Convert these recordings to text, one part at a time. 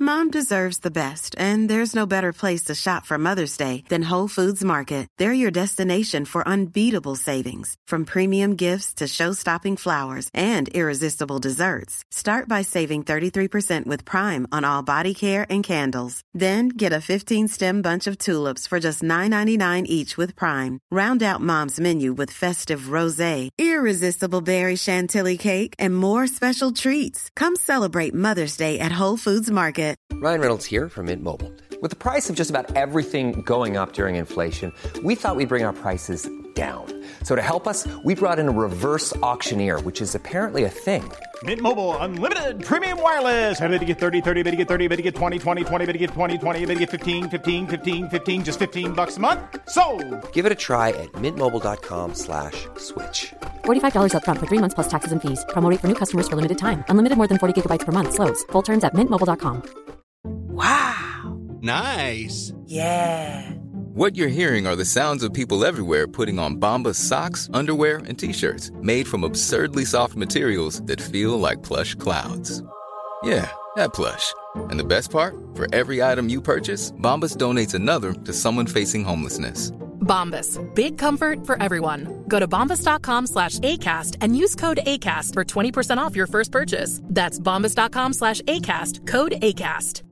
Mom deserves the best, and there's no better place to shop for Mother's Day than Whole Foods Market. They're your destination for unbeatable savings, from premium gifts to show-stopping flowers and irresistible desserts. Start by saving 33% with Prime on all body care and candles. Then get a 15-stem bunch of tulips for just $9.99 each with Prime. Round out Mom's menu with festive rosé, irresistible berry chantilly cake, and more special treats. Come celebrate Mother's Day at Whole Foods Market. Ryan Reynolds here from Mint Mobile. With the price of just about everything going up during inflation, we thought we'd bring our prices down. So to help us, we brought in a reverse auctioneer, which is apparently a thing. Mint Mobile Unlimited Premium Wireless. How to get 30, 30, bit to get 30, bit to get 20, 20, 20, bit to get 20, 20, bit to get 15, 15, 15, 15, just $15 a month? Sold! Give it a try at mintmobile.com/switch. $45 up front for 3 months plus taxes and fees. Promo rate for new customers for limited time. Unlimited more than 40 gigabytes per month. Slows full terms at mintmobile.com. Wow. Nice. Yeah. What you're hearing are the sounds of people everywhere putting on Bombas socks, underwear, and T-shirts made from absurdly soft materials that feel like plush clouds. Yeah, that plush. And the best part? For every item you purchase, Bombas donates another to someone facing homelessness. Bombas. Big comfort for everyone. Go to bombas.com/ACAST and use code ACAST for 20% off your first purchase. That's bombas.com/ACAST. Code ACAST.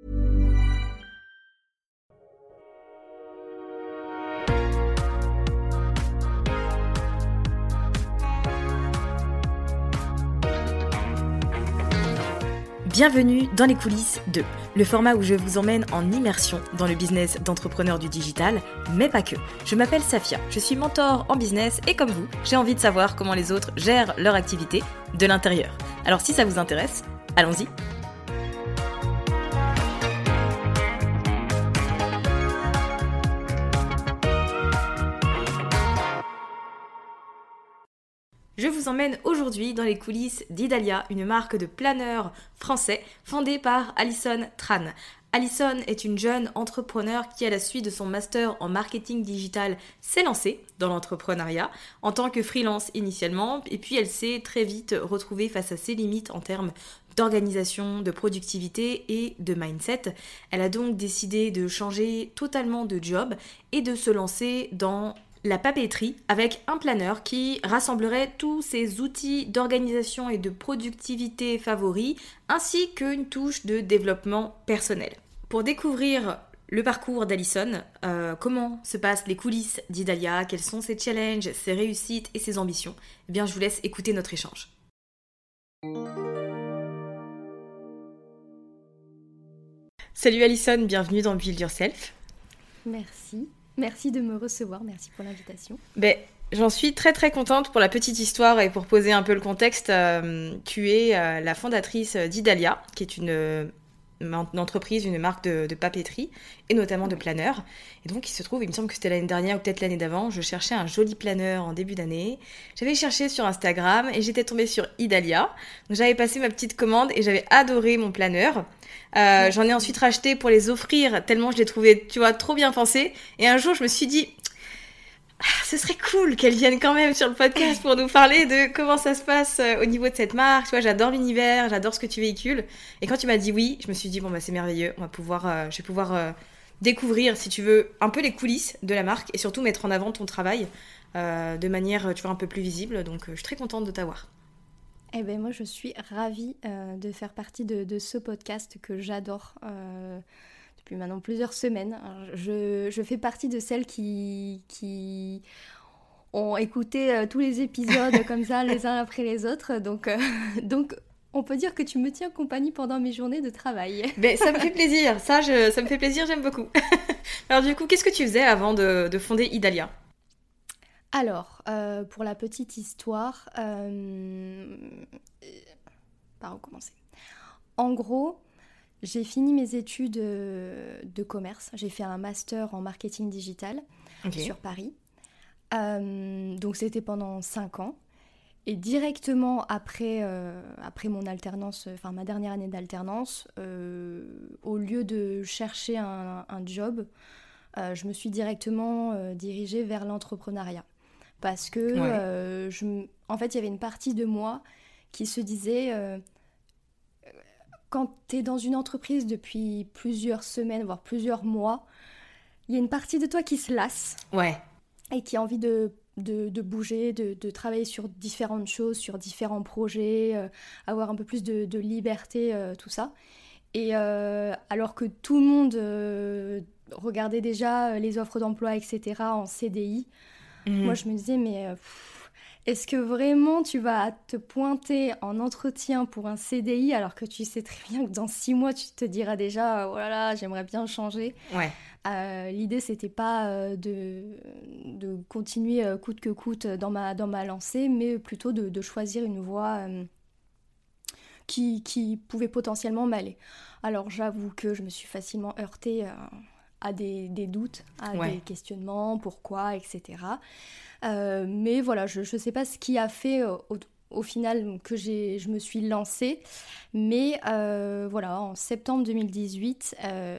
Bienvenue dans les coulisses de le format où je vous emmène en immersion dans le business d'entrepreneurs du digital, mais pas que. Je m'appelle Safia, je suis mentor en business et comme vous, j'ai envie de savoir comment les autres gèrent leur activité de l'intérieur. Alors si ça vous intéresse, allons-y. Je vous emmène aujourd'hui dans les coulisses d'Idalia, une marque de planeurs français fondée par Alison Tran. Alison est une jeune entrepreneur qui, à la suite de son master en marketing digital, s'est lancée dans l'entrepreneuriat en tant que freelance initialement, et puis elle s'est très vite retrouvée face à ses limites en termes d'organisation, de productivité et de mindset. Elle a donc décidé de changer totalement de job et de se lancer dans la papeterie avec un planeur qui rassemblerait tous ses outils d'organisation et de productivité favoris ainsi qu'une touche de développement personnel. Pour découvrir le parcours d'Alison, comment se passent les coulisses d'Idalia, quels sont ses challenges, ses réussites et ses ambitions, eh bien je vous laisse écouter notre échange. Salut Alison, bienvenue dans Build Yourself. Merci. Merci de me recevoir, merci pour l'invitation. J'en suis très très contente pour la petite histoire et pour poser un peu le contexte. Tu es la fondatrice d'Idalia, qui est une entreprise, une marque de papeterie et notamment de planeurs. Et donc il se trouve, il me semble que c'était l'année dernière ou peut-être l'année d'avant, je cherchais un joli planeur en début d'année. J'avais cherché sur Instagram et j'étais tombée sur Idalia. Donc j'avais passé ma petite commande et j'avais adoré mon planeur. J'en ai ensuite racheté pour les offrir tellement je l'ai trouvé, tu vois, trop bien pensé. Et un jour, je me suis dit, ce serait cool qu'elle vienne quand même sur le podcast pour nous parler de comment ça se passe au niveau de cette marque. Tu vois, j'adore l'univers, j'adore ce que tu véhicules. Et quand tu m'as dit oui, je me suis dit, c'est merveilleux. Je vais pouvoir découvrir, si tu veux, un peu les coulisses de la marque et surtout mettre en avant ton travail de manière, tu vois, un peu plus visible. Donc, je suis très contente de t'avoir. Eh bien, moi, je suis ravie de faire partie de ce podcast que j'adore depuis maintenant plusieurs semaines. Alors, je fais partie de celles qui ont écouté tous les épisodes comme ça, les uns après les autres. Donc, on peut dire que tu me tiens compagnie pendant mes journées de travail. Ça me fait plaisir. Ça me fait plaisir, j'aime beaucoup. Alors du coup, qu'est-ce que tu faisais avant de fonder Idalia ? Alors, pour la petite histoire, par où commencer ? En gros, j'ai fini mes études de commerce. J'ai fait un master en marketing digital sur Paris. Donc, c'était pendant 5 ans. Et directement après mon alternance, enfin ma dernière année d'alternance, au lieu de chercher un job, je me suis directement dirigée vers l'entrepreneuriat. Parce que, en fait, il y avait une partie de moi qui se disait quand tu es dans une entreprise depuis plusieurs semaines, voire plusieurs mois, il y a une partie de toi qui se lasse. Ouais. Et qui a envie de bouger, de travailler sur différentes choses, sur différents projets, avoir un peu plus de liberté, tout ça. Et alors que tout le monde regardait déjà les offres d'emploi, etc., en CDI, moi je me disais, mais est-ce que vraiment tu vas te pointer en entretien pour un CDI alors que tu sais très bien que dans 6 mois tu te diras déjà, oh là là, j'aimerais bien changer. Ouais. L'idée, c'était pas de continuer coûte que coûte dans ma lancée, mais plutôt de choisir une voie qui pouvait potentiellement m'aller. Alors, j'avoue que je me suis facilement heurtée à des doutes, à des questionnements, pourquoi, etc. Mais voilà, je sais pas ce qui a fait au final que je me suis lancée, mais voilà, en septembre 2018,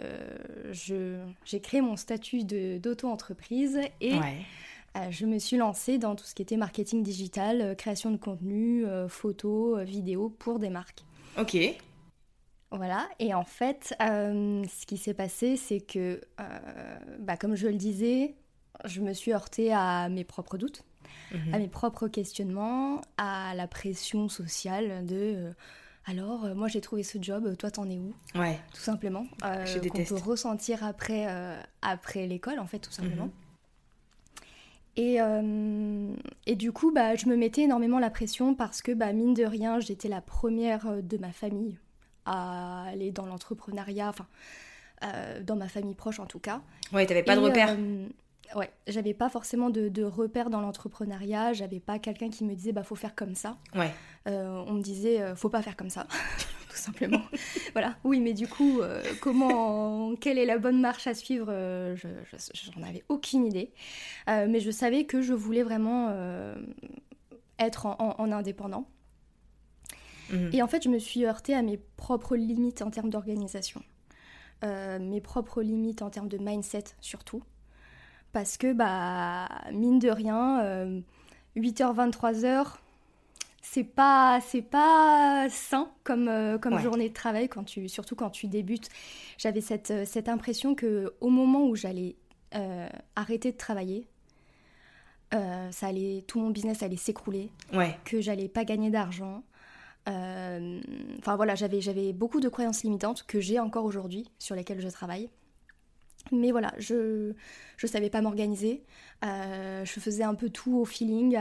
j'ai créé mon statut d'auto-entreprise et je me suis lancée dans tout ce qui était marketing digital, création de contenu, photos, vidéos pour des marques. Ok. Voilà, et en fait, ce qui s'est passé, c'est que, comme je le disais, je me suis heurtée à mes propres doutes. À mes propres questionnements, à la pression sociale de alors moi j'ai trouvé ce job, toi t'en es où ? Ouais. Tout simplement. Je déteste. Qu'on peut ressentir après l'école en fait, tout simplement. Et du coup je me mettais énormément la pression parce que mine de rien j'étais la première de ma famille à aller dans l'entrepreneuriat, enfin dans ma famille proche en tout cas. Ouais, t'avais pas de repères. Ouais, j'avais pas forcément de repères dans l'entrepreneuriat, j'avais pas quelqu'un qui me disait faut faire comme ça. Ouais. On me disait faut pas faire comme ça, tout simplement. Voilà. Oui, mais du coup, quelle est la bonne marche à suivre j'en avais aucune idée. Mais je savais que je voulais vraiment être en indépendant. Et en fait, je me suis heurtée à mes propres limites en termes d'organisation, mes propres limites en termes de mindset surtout. Parce que, mine de rien, 8h, 23h, c'est pas sain comme journée de travail, surtout quand tu débutes. J'avais cette impression qu'au moment où j'allais arrêter de travailler, tout mon business allait s'écrouler, que j'allais pas gagner d'argent. Enfin voilà, j'avais beaucoup de croyances limitantes que j'ai encore aujourd'hui, sur lesquelles je travaille. Mais voilà, je savais pas m'organiser, je faisais un peu tout au feeling,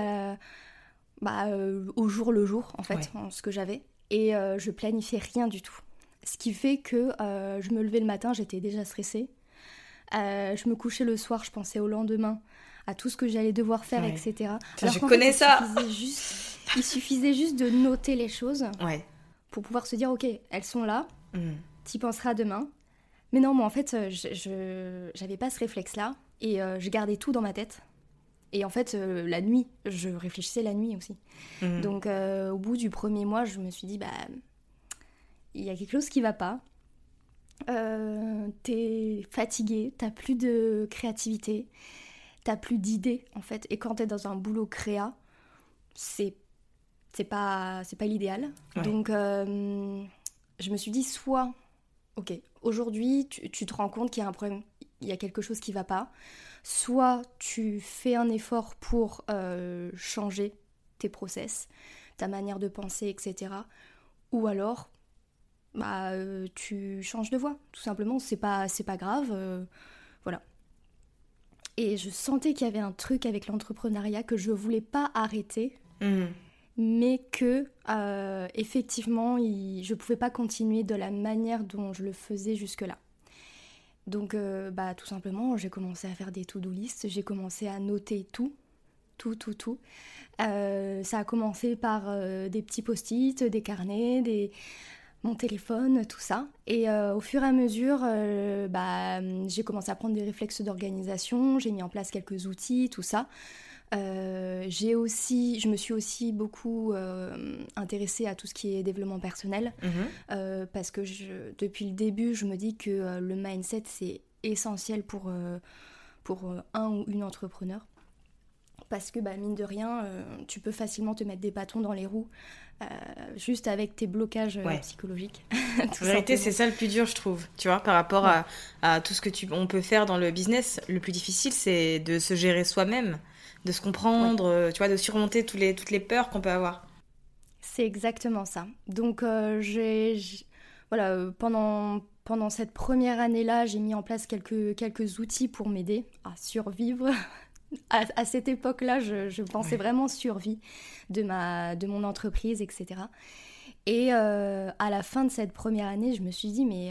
au jour le jour en fait, en ce que j'avais, et je planifiais rien du tout. Ce qui fait que je me levais le matin, j'étais déjà stressée, je me couchais le soir, je pensais au lendemain, à tout ce que j'allais devoir faire, etc. Alors je connais ça. Il suffisait juste de noter les choses pour pouvoir se dire ok, elles sont là, t'y penseras demain. Mais non, moi en fait, je j'avais pas ce réflexe-là et je gardais tout dans ma tête. Et en fait, la nuit, je réfléchissais la nuit aussi. Donc au bout du premier mois, je me suis dit, il y a quelque chose qui va pas. T'es fatiguée, t'as plus de créativité, t'as plus d'idées en fait. Et quand t'es dans un boulot créa, c'est pas l'idéal. Donc je me suis dit soit... Ok, aujourd'hui, tu te rends compte qu'il y a un problème, il y a quelque chose qui ne va pas. Soit tu fais un effort pour changer tes process, ta manière de penser, etc. Ou alors, tu changes de voie, tout simplement. C'est pas grave, voilà. Et je sentais qu'il y avait un truc avec l'entrepreneuriat que je ne voulais pas arrêter. Mais que effectivement je pouvais pas continuer de la manière dont je le faisais jusque-là. Donc tout simplement j'ai commencé à faire des to-do list, j'ai commencé à noter tout. Ça a commencé par des petits post-it, des carnets, mon téléphone, tout ça. Et au fur et à mesure, j'ai commencé à prendre des réflexes d'organisation, j'ai mis en place quelques outils, tout ça. Je me suis aussi beaucoup intéressée à tout ce qui est développement personnel, parce que depuis le début je me dis que le mindset c'est essentiel pour un ou une entrepreneur, Parce que mine de rien, tu peux facilement te mettre des bâtons dans les roues juste avec tes blocages psychologiques. En vérité, c'est ça le plus dur, je trouve. Tu vois, par rapport à tout ce que on peut faire dans le business, le plus difficile, c'est de se gérer soi-même, de se comprendre, tu vois, de surmonter toutes les peurs qu'on peut avoir. C'est exactement ça. Donc, pendant cette première année-là, j'ai mis en place quelques outils pour m'aider à survivre. À cette époque-là, je pensais vraiment survie de mon entreprise, etc. Et à la fin de cette première année, je me suis dit, mais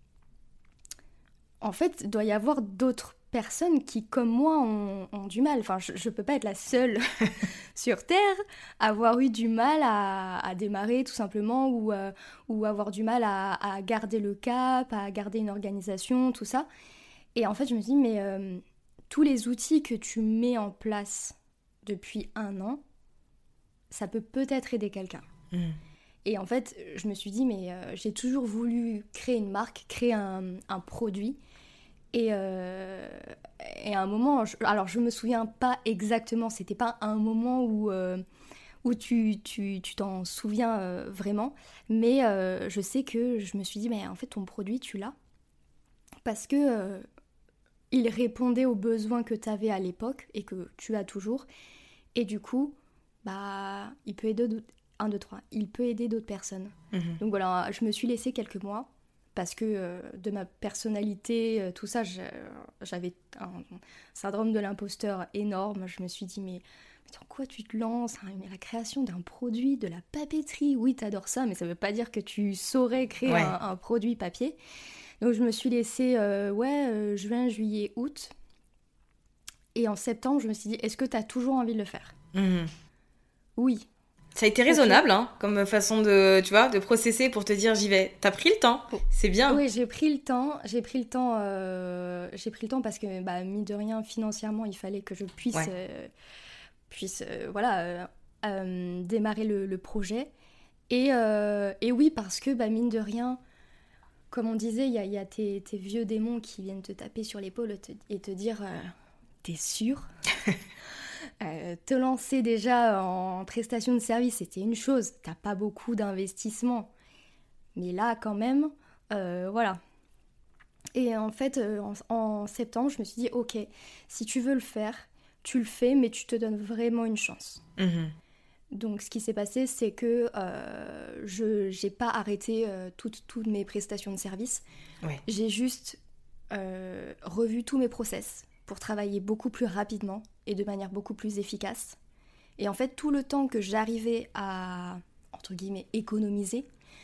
en fait, il doit y avoir d'autres personnes qui, comme moi, ont du mal. Enfin, je ne peux pas être la seule sur Terre à avoir eu du mal à démarrer, tout simplement, ou avoir du mal à garder le cap, à garder une organisation, tout ça. Et en fait, je me suis dit, mais tous les outils que tu mets en place depuis 1 an, ça peut peut-être aider quelqu'un. Et en fait, je me suis dit, mais j'ai toujours voulu créer une marque, créer un produit. Et à un moment, alors je me souviens pas exactement, c'était pas un moment où tu t'en souviens vraiment, mais je sais que je me suis dit, mais en fait ton produit tu l'as, parce que il répondait aux besoins que tu avais à l'époque et que tu as toujours, et du coup, il peut aider il peut aider d'autres personnes. Donc voilà, je me suis laissée quelques mois, parce que de ma personnalité, tout ça, j'avais un syndrome de l'imposteur énorme. Je me suis dit, mais dans quoi tu te lances, hein, mais la création d'un produit, de la papeterie, oui, t'adores ça, mais ça veut pas dire que tu saurais créer un produit papier. Donc je me suis laissée, juin, juillet, août. Et en septembre, je me suis dit, est-ce que t'as toujours envie de le faire ? Oui. Ça a été raisonnable, comme façon de processer pour te dire j'y vais. T'as pris le temps, c'est bien. Oui, j'ai pris le temps parce que, mine de rien, financièrement, il fallait que je puisse démarrer le projet. Et oui, parce que, mine de rien, comme on disait, il y a tes vieux démons qui viennent te taper sur l'épaule et te dire t'es sûr ? Te lancer déjà en prestation de service, c'était une chose. T'as pas beaucoup d'investissement. Mais là, quand même, voilà. Et en fait, en septembre, je me suis dit, ok, si tu veux le faire, tu le fais, mais tu te donnes vraiment une chance. Donc, ce qui s'est passé, c'est que je n'ai pas arrêté toutes mes prestations de service. J'ai juste revu tous mes process pour travailler beaucoup plus rapidement et de manière beaucoup plus efficace. Et en fait, tout le temps que j'arrivais à, entre guillemets, économiser,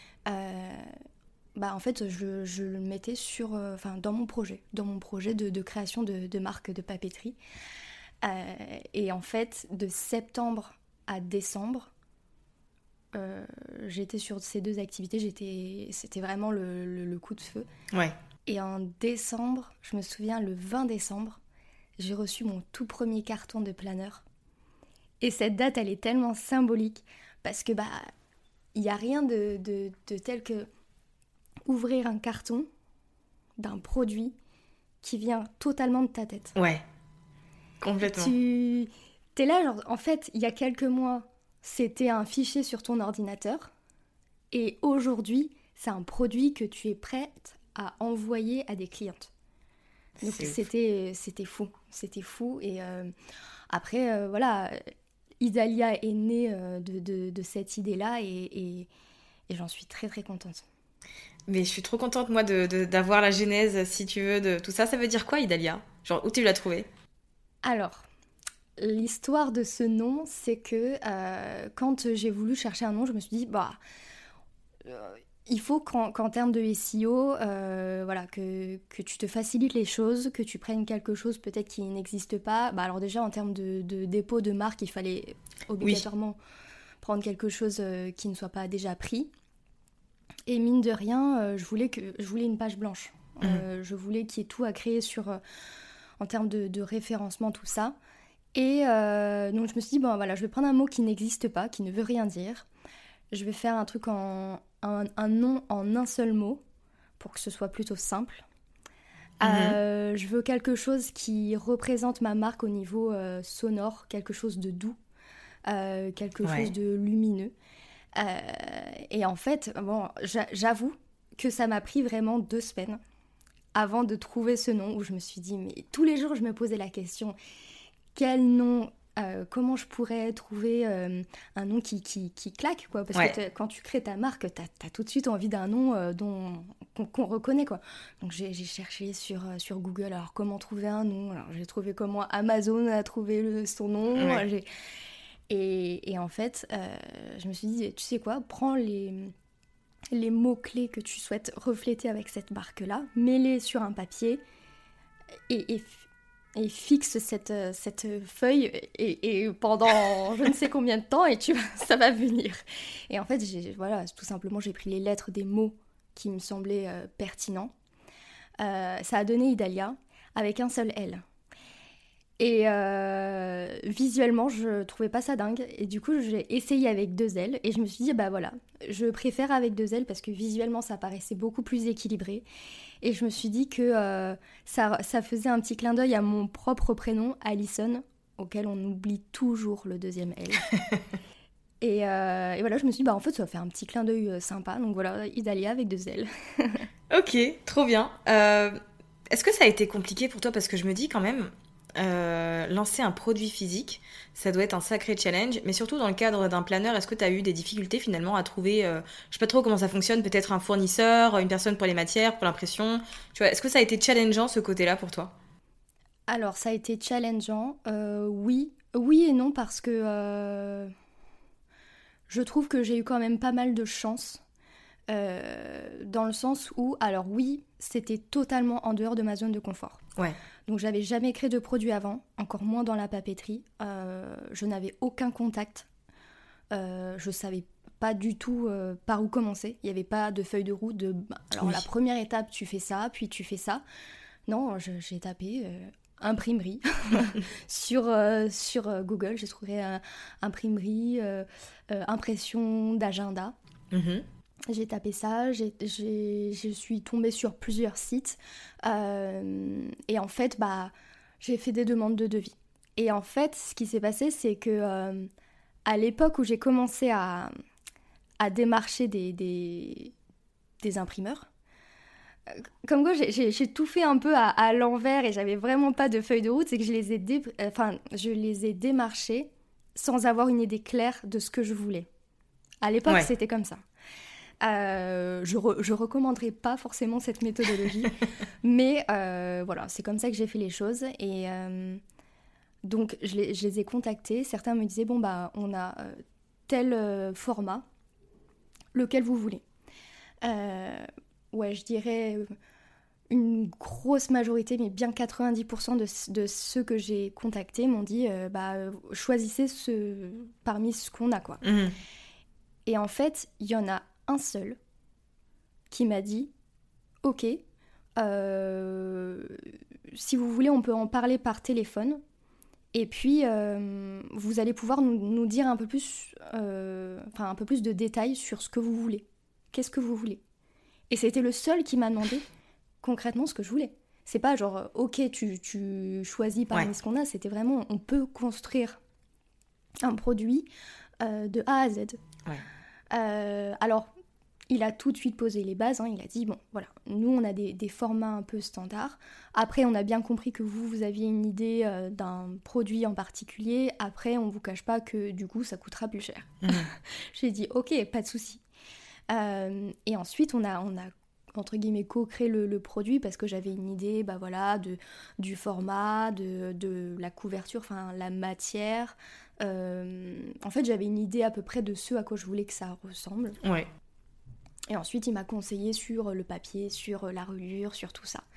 en fait, je le mettais dans mon projet de création de marque de papeterie. Et en fait, de septembre à décembre, j'étais sur ces 2 activités, c'était vraiment le coup de feu. Et en décembre, je me souviens, le 20 décembre, j'ai reçu mon tout premier carton de planeur. Et cette date, elle est tellement symbolique parce que il n'y a rien de tel que ouvrir un carton d'un produit qui vient totalement de ta tête. Ouais, complètement. T'es là, genre, en fait, il y a quelques mois, c'était un fichier sur ton ordinateur. Et aujourd'hui, c'est un produit que tu es prête à envoyer à des clientes. Donc c'était fou. Et après, Idalia est née de cette idée-là et j'en suis très très contente. Mais je suis trop contente, moi, d'avoir la genèse, si tu veux, de tout ça. Ça veut dire quoi, Idalia ? Genre, où tu l'as trouvé ? Alors, l'histoire de ce nom, c'est que quand j'ai voulu chercher un nom, je me suis dit, il faut qu'en termes de SEO, que tu te facilites les choses, que tu prennes quelque chose peut-être qui n'existe pas. Alors déjà, en termes de dépôt de marque, il fallait obligatoirement prendre quelque chose qui ne soit pas déjà pris. Et mine de rien, je voulais une page blanche. Je voulais qu'il y ait tout à créer en termes de référencement, tout ça. Et donc je me suis dit, je vais prendre un mot qui n'existe pas, qui ne veut rien dire. Je vais faire un truc un nom en un seul mot, pour que ce soit plutôt simple. Je veux quelque chose qui représente ma marque au niveau sonore, quelque chose de doux, quelque chose de lumineux. Et en fait, bon, j'avoue que ça m'a pris vraiment 2 semaines avant de trouver ce nom, où je me suis dit, mais tous les jours je me posais la question, quel nom, comment je pourrais trouver un nom qui claque, quoi, parce que quand tu crées ta marque, t'as tout de suite envie d'un nom qu'on reconnaît, quoi. Donc j'ai cherché sur Google, alors comment trouver un nom, alors j'ai trouvé comment Amazon a trouvé son nom, et en fait, je me suis dit, tu sais quoi, prends les mots-clés que tu souhaites refléter avec cette marque-là, mets-les sur un papier et fixe cette feuille et pendant je ne sais combien de temps et ça va venir. Et en fait, tout simplement, j'ai pris les lettres des mots qui me semblaient pertinents. Ça a donné Idalia avec un seul L. Et visuellement, je trouvais pas ça dingue. Et du coup, j'ai essayé avec 2 L. Et je me suis dit, bah voilà, je préfère avec 2 L parce que visuellement, ça paraissait beaucoup plus équilibré. Et je me suis dit que ça faisait un petit clin d'œil à mon propre prénom, Alison, auquel on oublie toujours le 2e L. et voilà, je me suis dit, bah en fait, ça fait un petit clin d'œil sympa. Donc voilà, Idalia avec 2 L. Ok, trop bien. Est-ce que ça a été compliqué pour toi? Parce que je me dis quand même... lancer un produit physique, ça doit être un sacré challenge, mais surtout dans le cadre d'un planeur, est-ce que tu as eu des difficultés finalement à trouver, je sais pas trop comment ça fonctionne, peut-être un fournisseur, une personne pour les matières, pour l'impression, tu vois, est-ce que ça a été challengeant ce côté-là pour toi? Alors ça a été challengeant, oui et non, parce que je trouve que j'ai eu quand même pas mal de chance, dans le sens où, alors oui, c'était totalement en dehors de ma zone de confort. Ouais. Donc j'avais jamais créé de produit avant, encore moins dans la papeterie. Je n'avais aucun contact. Je savais pas du tout par où commencer. Il n'y avait pas de feuille de route de... Alors la première étape, tu fais ça, puis tu fais ça. Non, j'ai tapé imprimerie sur Google. J'ai trouvé imprimerie, impression d'agenda. J'ai tapé ça, je suis tombée sur plusieurs sites et en fait, j'ai fait des demandes de devis. Et en fait, ce qui s'est passé, c'est que à l'époque où j'ai commencé à démarcher des imprimeurs, comme quoi j'ai tout fait un peu à l'envers et j'avais vraiment pas de feuille de route, c'est que je les ai démarchés sans avoir une idée claire de ce que je voulais. À l'époque, c'était comme ça. Je recommanderais pas forcément cette méthodologie, mais voilà, c'est comme ça que j'ai fait les choses. Et donc, je les ai contactés. Certains me disaient, on a tel format, lequel vous voulez. Je dirais une grosse majorité, mais bien 90% de ceux que j'ai contactés m'ont dit, choisissez parmi ce qu'on a, quoi. Et en fait, il y en a un seul qui m'a dit « Ok, si vous voulez, on peut en parler par téléphone. Et puis, vous allez pouvoir nous dire un peu plus de détails sur ce que vous voulez. Qu'est-ce que vous voulez ?» Et c'était le seul qui m'a demandé concrètement ce que je voulais. C'est pas genre « Ok, tu choisis parmi ce qu'on a ». C'était vraiment « On peut construire un produit de A à Z. » Alors, il a tout de suite posé les bases, il a dit, nous on a des formats un peu standards. Après, on a bien compris que vous aviez une idée d'un produit en particulier. Après, on vous cache pas que du coup, ça coûtera plus cher. J'ai dit, ok, pas de souci. Et ensuite, on a entre guillemets co-créé le produit parce que j'avais une idée du format, de la couverture, enfin la matière. En fait, j'avais une idée à peu près de ce à quoi je voulais que ça ressemble. Ouais. Et ensuite, il m'a conseillé sur le papier, sur la reliure, sur tout ça.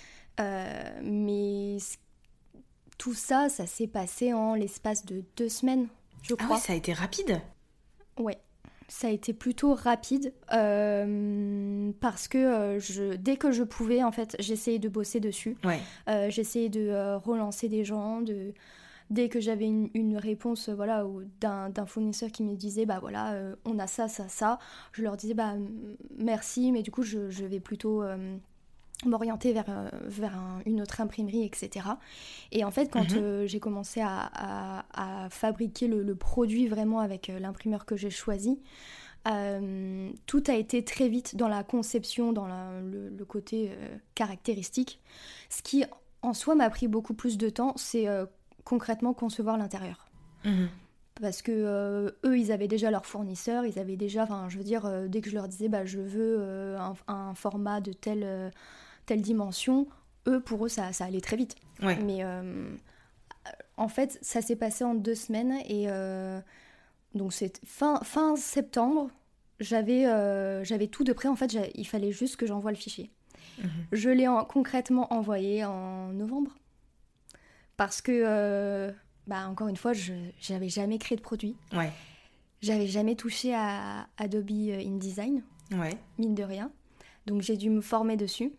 Mais tout ça s'est passé en l'espace de 2 semaines, je crois. Ah ouais, ça a été rapide ? Ouais, ça a été plutôt rapide parce que dès que je pouvais, en fait, j'essayais de bosser dessus. Ouais. J'essayais de relancer des gens, dès que j'avais une réponse d'un fournisseur qui me disait on a ça, je leur disais merci, mais du coup je vais plutôt m'orienter vers une autre imprimerie, etc. Et en fait, quand j'ai commencé à fabriquer le produit vraiment avec l'imprimeur que j'ai choisi, tout a été très vite dans la conception, dans le côté caractéristique. Ce qui, en soi, m'a pris beaucoup plus de temps, c'est concrètement concevoir l'intérieur. Parce que eux, ils avaient déjà leurs fournisseurs, ils avaient déjà, dès que je leur disais, je veux un format de telle dimension, pour eux, ça allait très vite. Ouais. Mais en fait, ça s'est passé en 2 semaines, et donc c'est fin septembre, j'avais tout de prêt. En fait, il fallait juste que j'envoie le fichier. Je l'ai concrètement envoyé en novembre. Parce que... encore une fois, j'avais jamais créé de produit. Ouais. J'avais jamais touché à Adobe InDesign, mine de rien. Donc j'ai dû me former dessus.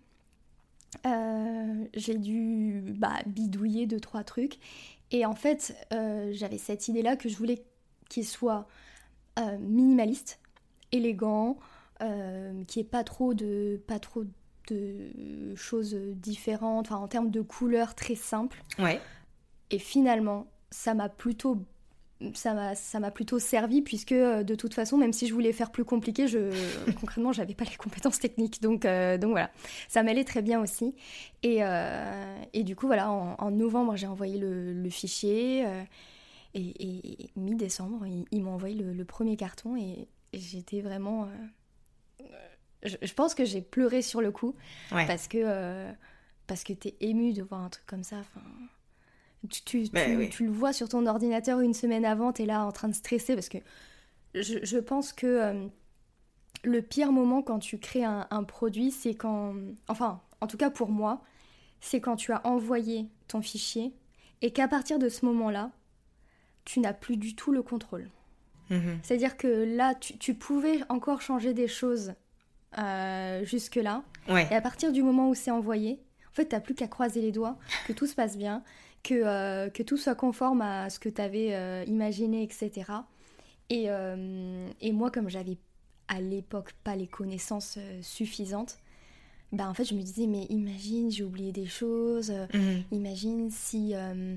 J'ai dû bidouiller 2-3 trucs. Et en fait, j'avais cette idée-là que je voulais qu'il soit minimaliste, élégant, qu'il n'y ait pas trop de choses différentes, en termes de couleurs très simples. Ouais. Et finalement, ça m'a plutôt servi, puisque de toute façon, même si je voulais faire plus compliqué, concrètement, j'avais pas les compétences techniques, donc voilà, ça m'allait très bien aussi. Et du coup, voilà, en novembre, j'ai envoyé le fichier, et mi-décembre, ils m'ont envoyé le premier carton, et j'étais vraiment... je pense que j'ai pleuré sur le coup, parce que t'es émue de voir un truc comme ça, Tu le vois sur ton ordinateur une semaine avant, t'es là en train de stresser, parce que je pense que le pire moment quand tu crées un produit, c'est quand... Enfin, en tout cas pour moi, c'est quand tu as envoyé ton fichier et qu'à partir de ce moment-là, tu n'as plus du tout le contrôle. C'est-à-dire que là, tu pouvais encore changer des choses jusque-là. Ouais. Et à partir du moment où c'est envoyé, en fait, t'as plus qu'à croiser les doigts, que tout se passe bien, que tout soit conforme à ce que tu avais imaginé, etc. Et moi, comme j'avais à l'époque pas les connaissances suffisantes, en fait, je me disais, mais imagine, j'ai oublié des choses, imagine si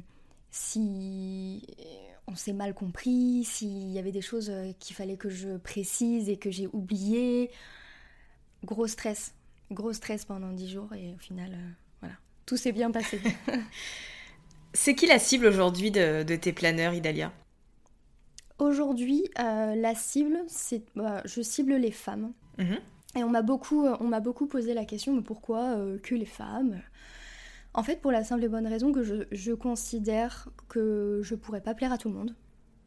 on s'est mal compris, s'il y avait des choses qu'il fallait que je précise et que j'ai oubliées. Gros stress pendant 10 jours, et au final, voilà, tout s'est bien passé. C'est qui la cible aujourd'hui de tes planeurs, Idalia ? Aujourd'hui, la cible, je cible les femmes. Et on m'a beaucoup posé la question, mais pourquoi que les femmes ? En fait, pour la simple et bonne raison que je considère que je pourrais pas plaire à tout le monde.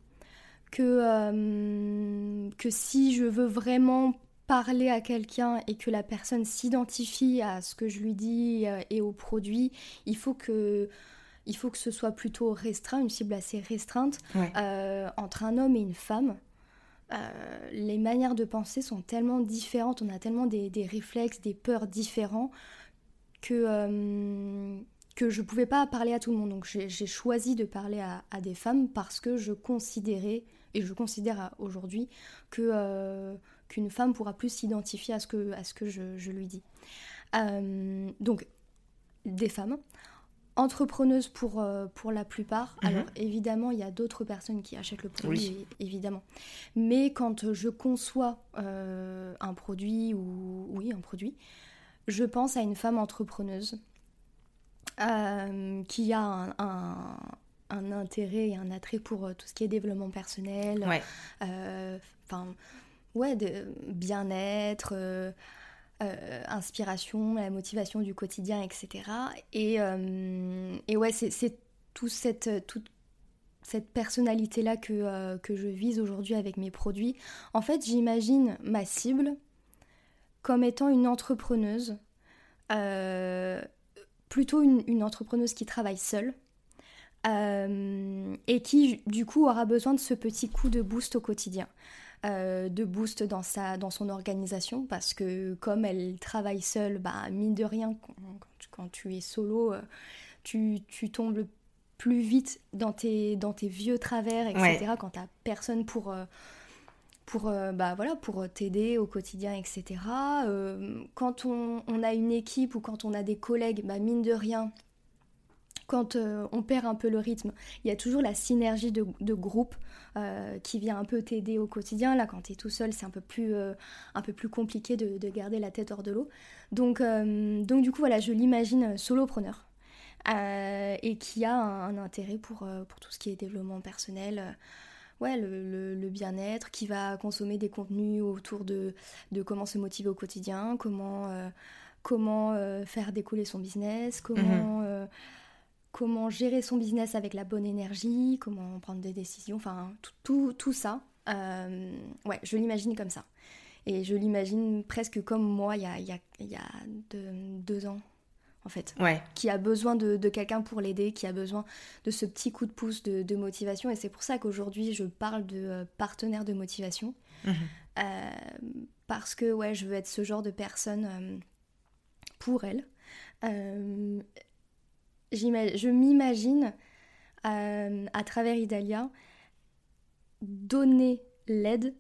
Que si je veux vraiment parler à quelqu'un et que la personne s'identifie à ce que je lui dis et au produit, il faut que ce soit plutôt restreint, une cible assez restreinte, entre un homme et une femme. Les manières de penser sont tellement différentes, on a tellement des réflexes, des peurs différents, que je ne pouvais pas parler à tout le monde. Donc j'ai choisi de parler à des femmes parce que je considérais, et je considère aujourd'hui, qu'une femme pourra plus s'identifier à ce que je lui dis. Donc, des femmes. Entrepreneuses pour la plupart. Alors évidemment, il y a d'autres personnes qui achètent le produit, évidemment. Mais quand je conçois un produit, un produit, je pense à une femme entrepreneuse qui a un intérêt et un attrait pour tout ce qui est développement personnel, de bien-être, inspiration, la motivation du quotidien, etc. Et c'est toute cette personnalité-là que je vise aujourd'hui avec mes produits. En fait, j'imagine ma cible comme étant une entrepreneuse, plutôt une entrepreneuse qui travaille seule, et qui, du coup, aura besoin de ce petit coup de boost au quotidien. De boost dans son organisation, parce que comme elle travaille seule, mine de rien, quand tu es solo, tu tombes plus vite dans tes vieux travers, etc. Quand t'as personne pour pour t'aider au quotidien, etc. Quand on a une équipe ou quand on a des collègues, mine de rien, quand on perd un peu le rythme, il y a toujours la synergie de groupe qui vient un peu t'aider au quotidien. Là, quand tu es tout seul, c'est un peu plus compliqué de garder la tête hors de l'eau. Donc du coup, voilà, je l'imagine solopreneur et qui a un intérêt pour tout ce qui est développement personnel, le bien-être, qui va consommer des contenus autour de comment se motiver au quotidien, comment faire décoller son business, comment gérer son business avec la bonne énergie, comment prendre des décisions, enfin tout ça. Je l'imagine comme ça. Et je l'imagine presque comme moi il y a 2 ans, en fait. Ouais. Qui a besoin de quelqu'un pour l'aider, qui a besoin de ce petit coup de pouce de motivation. Et c'est pour ça qu'aujourd'hui, je parle de partenaire de motivation. Parce que je veux être ce genre de personne pour elle. Je m'imagine, à travers Idalia, donner l'aide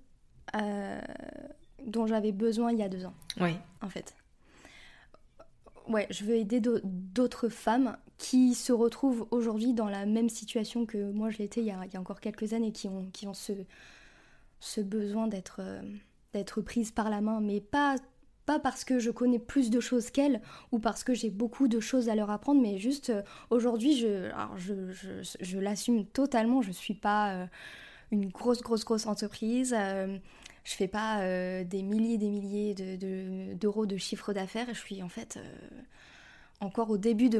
dont j'avais besoin il y a 2 ans. Oui. En fait. Je veux aider d'autres femmes qui se retrouvent aujourd'hui dans la même situation que moi je l'étais il y a encore quelques années, qui ont ce besoin d'être prises par la main, mais pas parce que je connais plus de choses qu'elles ou parce que j'ai beaucoup de choses à leur apprendre, mais juste aujourd'hui, je l'assume totalement. Je suis pas une grosse entreprise. Je fais pas des milliers d'euros de chiffre d'affaires. Je suis en fait encore au début de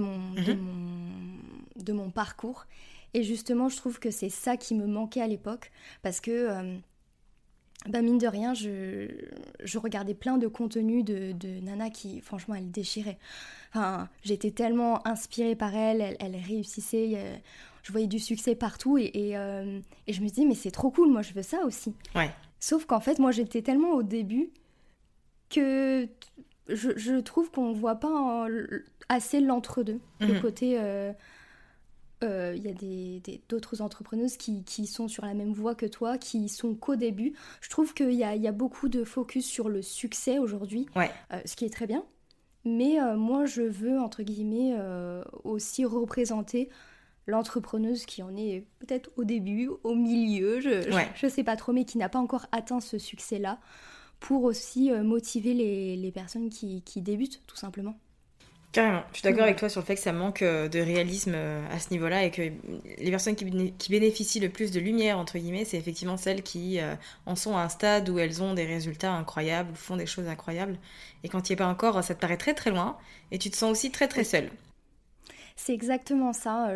mon parcours. Et justement, je trouve que c'est ça qui me manquait à l'époque, parce que mine de rien, je regardais plein de contenus de nanas qui, franchement, elles déchiraient. Enfin, j'étais tellement inspirée par elles réussissaient, je voyais du succès partout et je me disais, mais c'est trop cool, moi je veux ça aussi. Ouais. Sauf qu'en fait, moi j'étais tellement au début que je trouve qu'on voit pas assez l'entre-deux, le côté... Il y a d'autres entrepreneuses qui sont sur la même voie que toi, qui sont qu'au début. Je trouve qu'il y a beaucoup de focus sur le succès aujourd'hui, ce qui est très bien. Mais moi, je veux, entre guillemets, aussi représenter l'entrepreneuse qui en est peut-être au début, au milieu, je sais pas trop, mais qui n'a pas encore atteint ce succès-là, pour aussi motiver les personnes qui débutent, tout simplement. Carrément, je suis d'accord avec toi sur le fait que ça manque de réalisme à ce niveau-là, et que les personnes qui bénéficient le plus de lumière, entre guillemets, c'est effectivement celles qui en sont à un stade où elles ont des résultats incroyables, font des choses incroyables, et quand tu n'y es pas encore, ça te paraît très très loin, et tu te sens aussi très très seule. C'est exactement ça.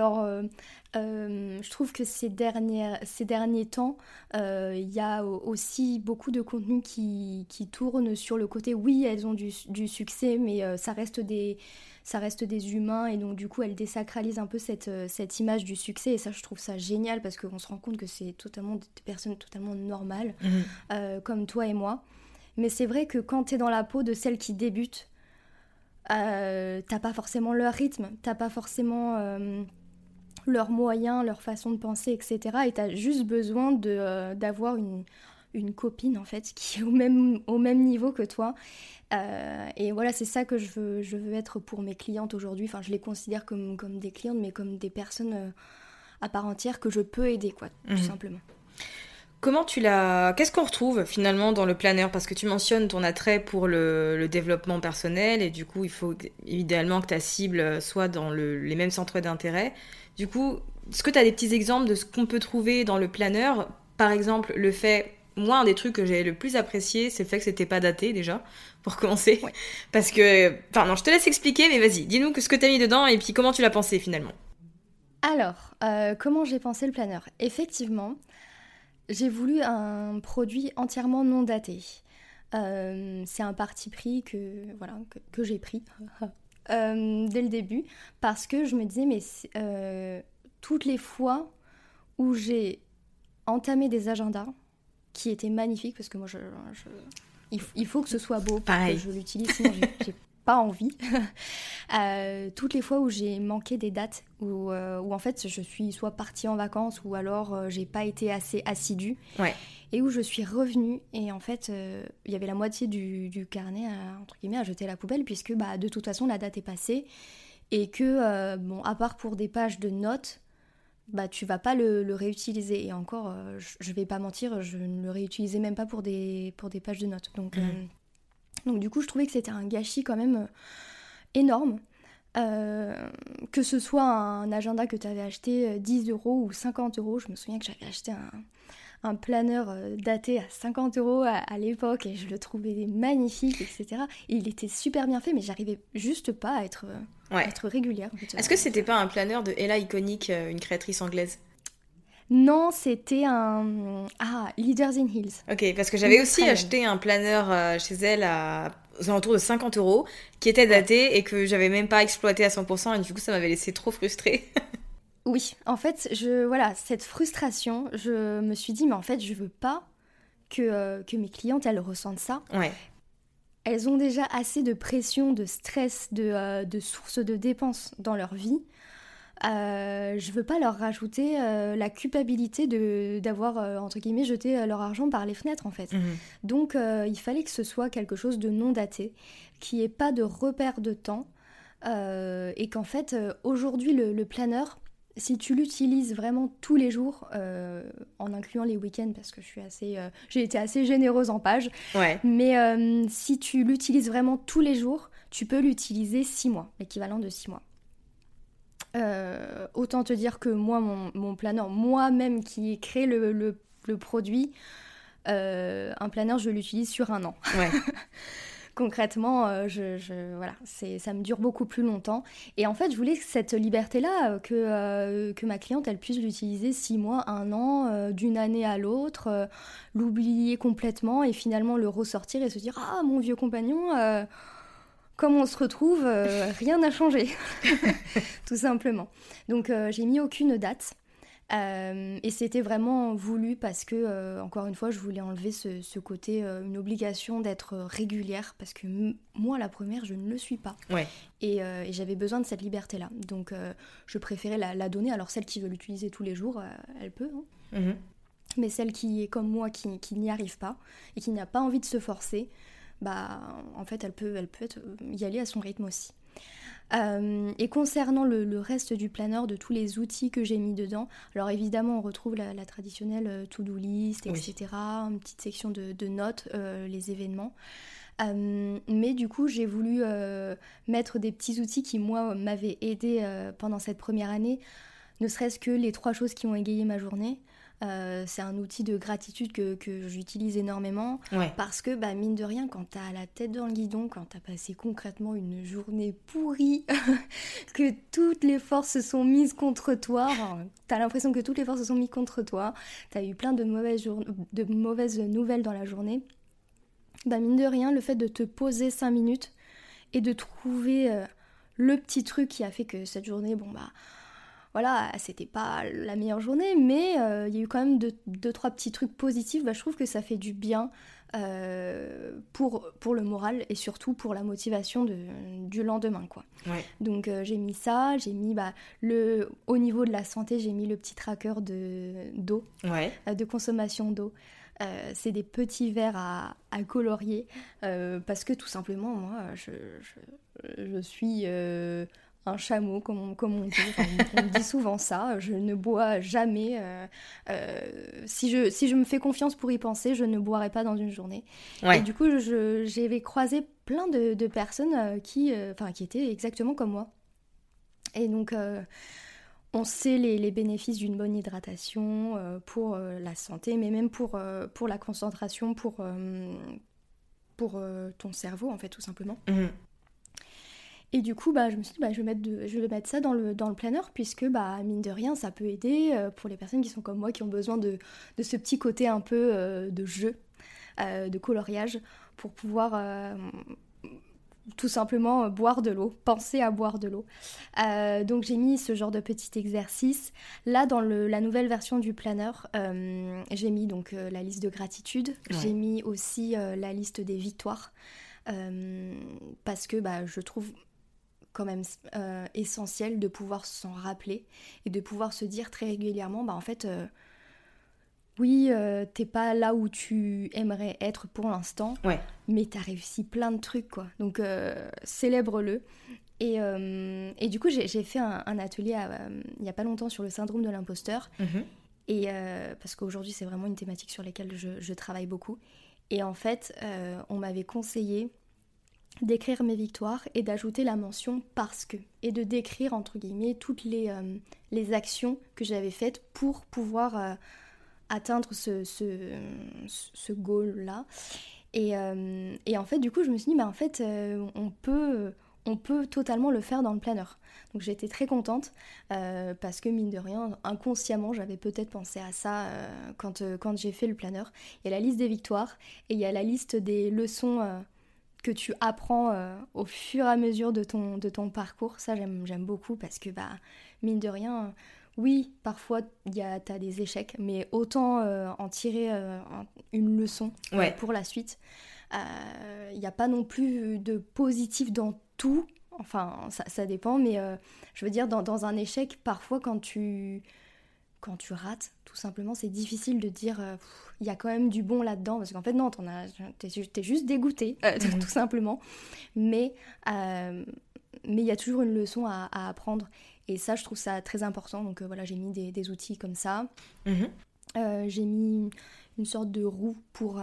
Je trouve que ces derniers temps, il y a aussi beaucoup de contenus qui tournent sur le côté, oui, elles ont du succès, mais ça reste des humains, et donc du coup, elles désacralisent un peu cette image du succès, et ça, je trouve ça génial, parce qu'on se rend compte que c'est totalement des personnes totalement normales, comme toi et moi. Mais c'est vrai que quand t'es dans la peau de celles qui débutent, t'as pas forcément leur rythme, t'as pas forcément leurs moyens, leur façon de penser, etc. Et t'as juste besoin d'avoir une copine, en fait, qui est au même niveau que toi. Et voilà, c'est ça que je veux être pour mes clientes aujourd'hui. Enfin, je les considère comme des clientes, mais comme des personnes à part entière que je peux aider, quoi, tout simplement. Qu'est-ce qu'on retrouve finalement dans le planeur ? Parce que tu mentionnes ton attrait pour le développement personnel, et du coup, il faut idéalement que ta cible soit dans les mêmes centres d'intérêt. Du coup, est-ce que tu as des petits exemples de ce qu'on peut trouver dans le planeur ? Par exemple, le fait... Moi, un des trucs que j'ai le plus apprécié, c'est le fait que c'était pas daté, déjà, pour commencer. Ouais. Parce que... Enfin, non, je te laisse expliquer, mais vas-y, dis-nous ce que t'as mis dedans, et puis comment tu l'as pensé, finalement. Alors, comment j'ai pensé le planeur ? Effectivement... J'ai voulu un produit entièrement non daté. C'est un parti pris que j'ai pris dès le début, parce que je me disais, mais toutes les fois où j'ai entamé des agendas qui étaient magnifiques, parce que moi, il faut que ce soit beau pour que je l'utilise, sinon pas envie. Toutes les fois où j'ai manqué des dates, où en fait je suis soit partie en vacances ou alors j'ai pas été assez assidue, et où je suis revenue et en fait il y avait la moitié du carnet entre guillemets à jeter à la poubelle, puisque de toute façon la date est passée et que à part pour des pages de notes, tu vas pas le réutiliser. Et encore, je vais pas mentir, je ne le réutilisais même pas pour des pages de notes. Donc du coup, je trouvais que c'était un gâchis quand même énorme. Que ce soit un agenda que tu avais acheté 10 € ou 50 €. Je me souviens que j'avais acheté un planeur daté à 50 € à l'époque et je le trouvais magnifique, etc. Et il était super bien fait, mais j'arrivais juste pas à être régulière. En fait. Est-ce que c'était pas un planeur de Ella Iconic, une créatrice anglaise ? Non, c'était un... Leaders in Heels. Ok, parce que j'avais aussi acheté un planeur chez elle aux alentours de 50 € qui était daté et que j'avais même pas exploité à 100% et du coup ça m'avait laissé trop frustrée. Oui, en fait, cette frustration, je me suis dit, mais en fait, je veux pas que mes clientes, elles ressentent ça. Ouais. Elles ont déjà assez de pression, de stress, de sources de dépenses dans leur vie. Je veux pas leur rajouter la culpabilité d'avoir, entre guillemets, jeté leur argent par les fenêtres, en fait. Donc, il fallait que ce soit quelque chose de non daté, qui ait pas de repère de temps, et qu'en fait, aujourd'hui, le planeur... Si tu l'utilises vraiment tous les jours, en incluant les week-ends, parce que j'ai été assez généreuse en pages, mais si tu l'utilises vraiment tous les jours, tu peux l'utiliser 6 mois, l'équivalent de 6 mois. Autant te dire que moi, mon planeur, moi-même qui ai créé le produit, un planeur, je l'utilise sur 1 an. Ouais. Concrètement, voilà, ça me dure beaucoup plus longtemps. Et en fait, je voulais cette liberté-là, que ma cliente, elle puisse l'utiliser 6 mois, 1 an, d'une année à l'autre, l'oublier complètement et finalement le ressortir et se dire « Ah, mon vieux compagnon, comme on se retrouve, rien n'a changé. » Tout simplement. Donc, j'ai mis aucune date. Et c'était vraiment voulu parce que, encore une fois, je voulais enlever ce côté, une obligation d'être régulière, parce que moi, la première, je ne le suis pas. Ouais. Et j'avais besoin de cette liberté-là. Donc, je préférais la donner. Alors, celle qui veut l'utiliser tous les jours, elle peut. Hein. Mm-hmm. Mais celle qui est comme moi, qui n'y arrive pas et qui n'a pas envie de se forcer, en fait, elle peut y aller à son rythme aussi. Et concernant le reste du planeur, de tous les outils que j'ai mis dedans, alors évidemment on retrouve la traditionnelle to-do list, etc., une petite section de notes, les événements, mais du coup j'ai voulu mettre des petits outils qui moi m'avaient aidé pendant cette première année, ne serait-ce que les 3 choses qui ont égayé ma journée. C'est un outil de gratitude que j'utilise énormément, parce que mine de rien, quand t'as la tête dans le guidon, quand t'as passé concrètement une journée pourrie, que toutes les forces se sont mises contre toi, t'as l'impression que toutes les forces se sont mises contre toi, t'as eu plein de mauvaises nouvelles dans la journée, mine de rien, le fait de te poser 5 minutes et de trouver le petit truc qui a fait que cette journée, voilà, c'était pas la meilleure journée, mais il y a eu quand même 2-3 petits trucs positifs. Je trouve que ça fait du bien pour le moral et surtout pour la motivation du lendemain, quoi. Ouais. Donc j'ai mis ça, j'ai mis au niveau de la santé, j'ai mis le petit tracker d'eau, de consommation d'eau. C'est des petits verres à colorier, parce que tout simplement, moi, je suis... un chameau, comme on dit. On me dit souvent ça. Je ne bois jamais. Si je me fais confiance pour y penser, je ne boirai pas dans une journée. Ouais. Et du coup, j'avais croisé plein de personnes qui étaient exactement comme moi. Et donc, on sait les bénéfices d'une bonne hydratation pour la santé, mais même pour la concentration, pour ton cerveau, en fait, tout simplement. Mmh. Et du coup, je me suis dit, je vais mettre ça dans le planeur, puisque, mine de rien, ça peut aider pour les personnes qui sont comme moi, qui ont besoin de ce petit côté un peu de jeu, de coloriage, pour pouvoir tout simplement boire de l'eau, penser à boire de l'eau. Donc, j'ai mis ce genre de petit exercice. Là, dans la nouvelle version du planeur, j'ai mis donc la liste de gratitude. Ouais. J'ai mis aussi la liste des victoires. parce que je trouve quand même essentiel de pouvoir s'en rappeler et de pouvoir se dire très régulièrement, en fait, oui, t'es pas là où tu aimerais être pour l'instant, mais t'as réussi plein de trucs, quoi. Donc, célèbre-le. Et du coup, j'ai fait un atelier il y a pas longtemps sur le syndrome de l'imposteur. Et parce qu'aujourd'hui, c'est vraiment une thématique sur laquelle je travaille beaucoup. Et en fait, on m'avait conseillé d'écrire mes victoires et d'ajouter la mention « parce que » et de décrire, entre guillemets, toutes les actions que j'avais faites pour pouvoir atteindre ce goal-là. Et en fait, du coup, je me suis dit, en fait, on peut totalement le faire dans le planeur. Donc j'étais très contente parce que mine de rien, inconsciemment, j'avais peut-être pensé à ça quand j'ai fait le planeur. Il y a la liste des victoires et il y a la liste des leçons que tu apprends au fur et à mesure de ton parcours. Ça, j'aime beaucoup parce que mine de rien, oui, parfois t'as des échecs, mais autant en tirer une leçon pour la suite. Il n'y a pas non plus de positif dans tout, enfin ça dépend, mais je veux dire dans un échec, parfois quand tu rates, tout simplement, c'est difficile de dire il y a quand même du bon là-dedans, parce qu'en fait non, t'es juste dégoûté, tout simplement, mais il y a toujours une leçon à apprendre, et ça je trouve ça très important. Donc voilà, j'ai mis des outils comme ça. J'ai mis une sorte de roue pour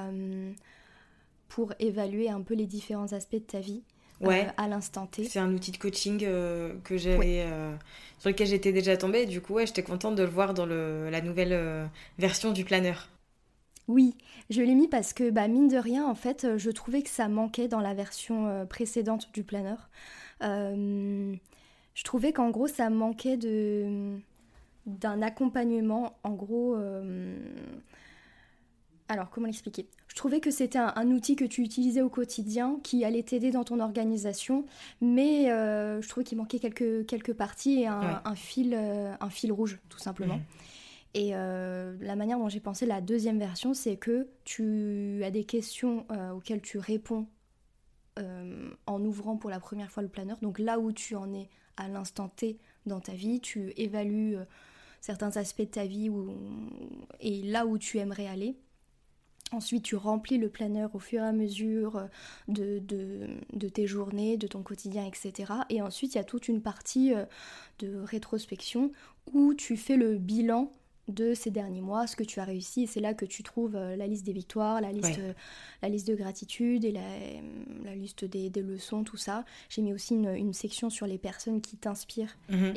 évaluer un peu les différents aspects de ta vie à l'instant T. C'est un outil de coaching que j'avais, sur lequel j'étais déjà tombée. Et du coup, j'étais contente de le voir dans la nouvelle version du planeur. Oui, je l'ai mis parce que, mine de rien, en fait, je trouvais que ça manquait dans la version précédente du planeur. Je trouvais qu'en gros, ça manquait d'un accompagnement, en gros... Alors, comment l'expliquer ? Je trouvais que c'était un outil que tu utilisais au quotidien, qui allait t'aider dans ton organisation, mais je trouvais qu'il manquait quelques parties et un fil rouge, tout simplement. Et la manière dont j'ai pensé la deuxième version, c'est que tu as des questions auxquelles tu réponds en ouvrant pour la première fois le planeur. Donc là où tu en es à l'instant T dans ta vie, tu évalues certains aspects de ta vie et là où tu aimerais aller. Ensuite, tu remplis le planeur au fur et à mesure de tes journées, de ton quotidien, etc. Et ensuite, il y a toute une partie de rétrospection où tu fais le bilan de ces derniers mois, ce que tu as réussi. Et c'est là que tu trouves la liste des victoires, la liste de gratitude et la liste des leçons, tout ça. J'ai mis aussi une section sur les personnes qui t'inspirent.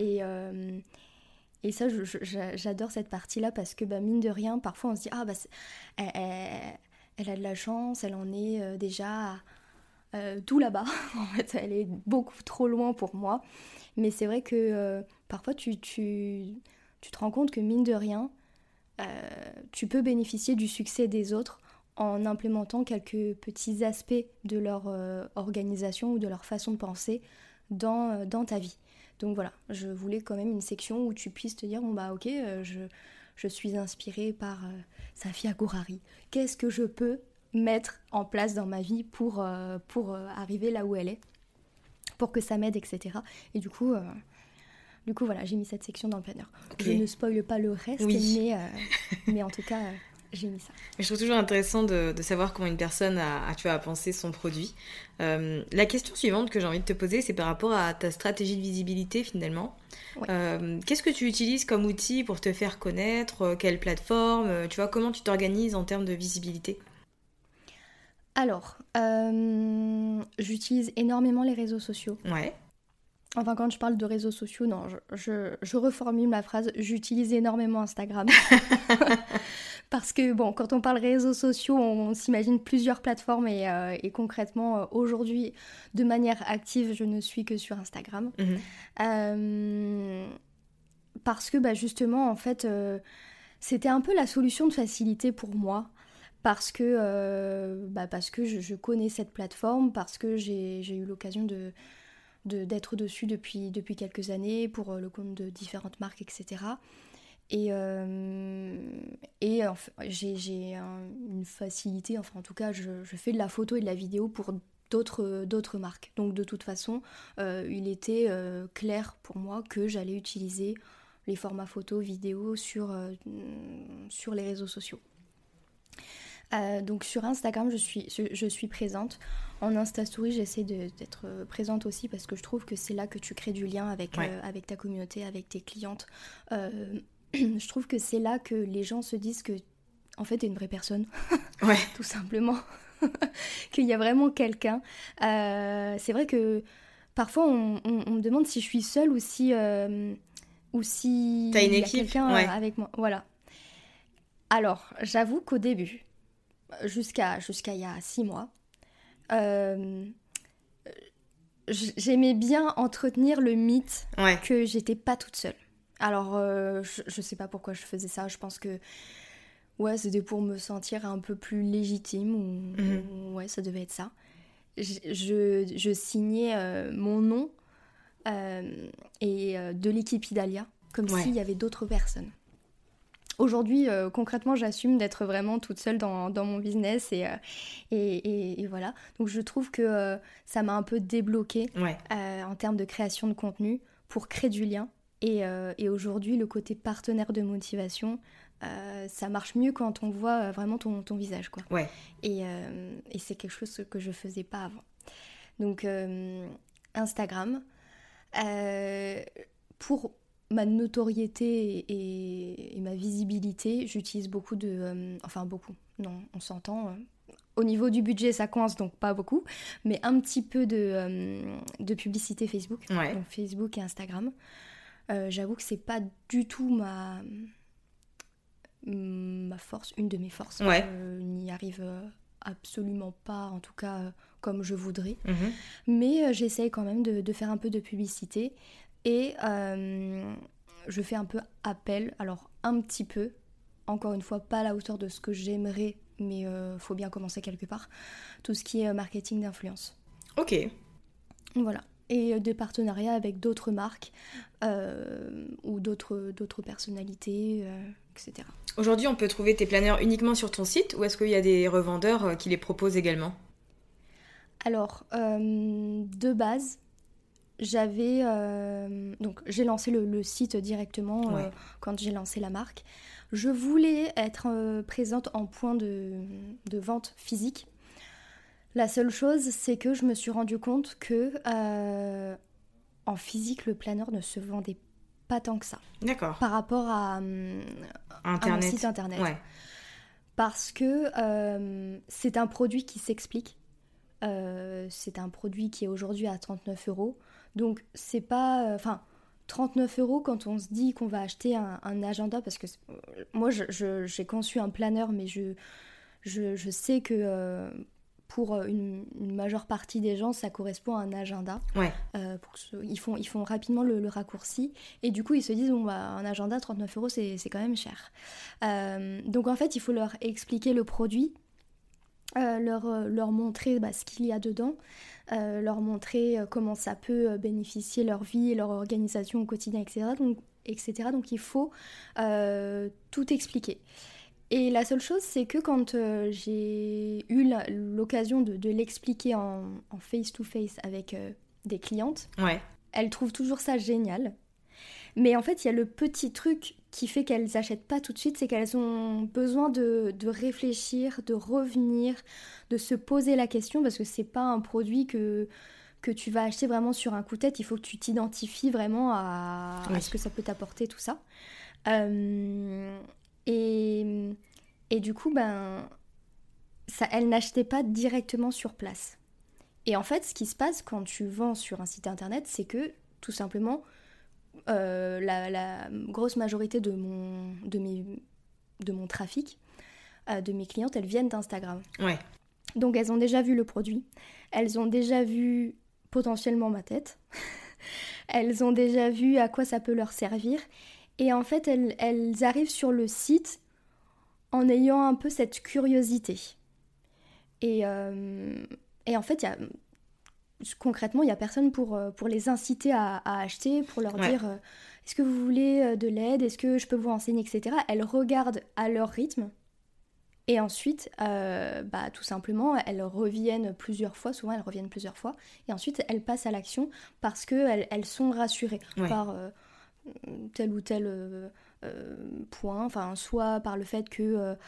Et ça, j'adore cette partie-là parce que, mine de rien, parfois on se dit « elle a de la chance, elle en est déjà tout là-bas. » En fait, elle est beaucoup trop loin pour moi. Mais c'est vrai que parfois, tu te rends compte que, mine de rien, tu peux bénéficier du succès des autres en implémentant quelques petits aspects de leur organisation ou de leur façon de penser dans ta vie. Donc voilà, je voulais quand même une section où tu puisses te dire ok, je suis inspirée par Safia Gourari. Qu'est-ce que je peux mettre en place dans ma vie pour arriver là où elle est, pour que ça m'aide, etc. Et du coup voilà, j'ai mis cette section dans le planeur. Je ne spoile pas le reste, mais en tout cas... j'ai mis ça. Mais je trouve toujours intéressant de savoir comment une personne a pensé son produit. La question suivante que j'ai envie de te poser, c'est par rapport à ta stratégie de visibilité finalement. Qu'est-ce que tu utilises comme outil pour te faire connaître ? Quelle plateforme ? Tu vois, comment tu t'organises en termes de visibilité ? Alors, j'utilise énormément les réseaux sociaux. Enfin, quand je parle de réseaux sociaux, non, je reformule ma phrase. J'utilise énormément Instagram. Parce que, quand on parle réseaux sociaux, on s'imagine plusieurs plateformes et concrètement, aujourd'hui, de manière active, je ne suis que sur Instagram. Parce que, justement, en fait, c'était un peu la solution de facilité pour moi. Parce que je connais cette plateforme, parce que j'ai eu l'occasion d'être dessus depuis quelques années pour le compte de différentes marques, etc. Et j'ai une facilité, enfin en tout cas je fais de la photo et de la vidéo pour d'autres marques. Donc de toute façon, il était clair pour moi que j'allais utiliser les formats photos, vidéos sur les réseaux sociaux. Donc sur Instagram, je suis présente. En Insta Story, j'essaie d'être présente aussi parce que je trouve que c'est là que tu crées du lien avec ta communauté, avec tes clientes. Je trouve que c'est là que les gens se disent que en fait, t'es une vraie personne, tout simplement. Qu'il y a vraiment quelqu'un. C'est vrai que parfois on me demande si je suis seule ou si t'as une équipe, quelqu'un avec moi. Voilà. Alors, j'avoue qu'au début, jusqu'à il y a 6 mois, j'aimais bien entretenir le mythe que j'étais pas toute seule. Alors, je sais pas pourquoi je faisais ça. Je pense que c'était pour me sentir un peu plus légitime ou ça devait être ça. Je signais mon nom et de l'équipe Idalia comme s'il y avait d'autres personnes. Aujourd'hui, concrètement, j'assume d'être vraiment toute seule dans mon business et voilà. Donc je trouve que ça m'a un peu débloquée en termes de création de contenu pour créer du lien. Et aujourd'hui, le côté partenaire de motivation, ça marche mieux quand on voit vraiment ton visage, quoi. Et c'est quelque chose que je faisais pas avant. Donc Instagram, pour ma notoriété et ma visibilité, j'utilise beaucoup on s'entend. Au niveau du budget, ça coince, donc pas beaucoup, mais un petit peu de publicité Facebook, donc Facebook et Instagram. J'avoue que c'est pas du tout ma force, une de mes forces. Je n'y arrive absolument pas, en tout cas comme je voudrais. Mais j'essaye quand même de faire un peu de publicité et je fais un peu appel, alors un petit peu, encore une fois pas à la hauteur de ce que j'aimerais, mais faut bien commencer quelque part, tout ce qui est marketing d'influence. Ok. Voilà. Et des partenariats avec d'autres marques ou d'autres personnalités, etc. Aujourd'hui, on peut trouver tes planeurs uniquement sur ton site ou est-ce qu'il y a des revendeurs qui les proposent également ? Alors, de base, j'avais... donc, j'ai lancé le site directement quand j'ai lancé la marque. Je voulais être présente en point de vente physique. La seule chose, c'est que je me suis rendu compte que en physique, le planeur ne se vendait pas tant que ça. D'accord. Par rapport à mon site internet. Parce que c'est un produit qui s'explique. C'est un produit qui est aujourd'hui à 39 €. Donc, c'est pas... 39 € quand on se dit qu'on va acheter un agenda, parce que moi, j'ai conçu un planeur, mais je sais que... pour une majeure partie des gens, ça correspond à un agenda. Ils font rapidement le raccourci. Et du coup, ils se disent, un agenda, 39 €, c'est quand même cher. Donc en fait, il faut leur expliquer le produit, leur montrer ce qu'il y a dedans, leur montrer comment ça peut bénéficier leur vie et leur organisation au quotidien, etc. Donc il faut tout expliquer. Et la seule chose, c'est que quand j'ai eu l'occasion de l'expliquer en face-to-face avec des clientes, elles trouvent toujours ça génial. Mais en fait, il y a le petit truc qui fait qu'elles n'achètent pas tout de suite, c'est qu'elles ont besoin de réfléchir, de revenir, de se poser la question, parce que c'est pas un produit que tu vas acheter vraiment sur un coup de tête. Il faut que tu t'identifies vraiment à ce que ça peut t'apporter, tout ça. Et du coup, elle n'achetait pas directement sur place. Et en fait, ce qui se passe quand tu vends sur un site internet, c'est que, tout simplement, la grosse majorité de mon trafic, de mes clientes, elles viennent d'Instagram. Donc, elles ont déjà vu le produit. Elles ont déjà vu potentiellement ma tête. Elles ont déjà vu à quoi ça peut leur servir. Et en fait, elles arrivent sur le site en ayant un peu cette curiosité. Et en fait, concrètement, il n'y a personne pour les inciter à acheter, pour leur dire est-ce que vous voulez de l'aide, est-ce que je peux vous renseigner, etc. Elles regardent à leur rythme Et ensuite, tout simplement, elles reviennent plusieurs fois. Souvent, elles reviennent plusieurs fois. Et ensuite, elles passent à l'action parce qu'elles sont rassurées par tel ou tel point. Enfin, soit par le fait qu'il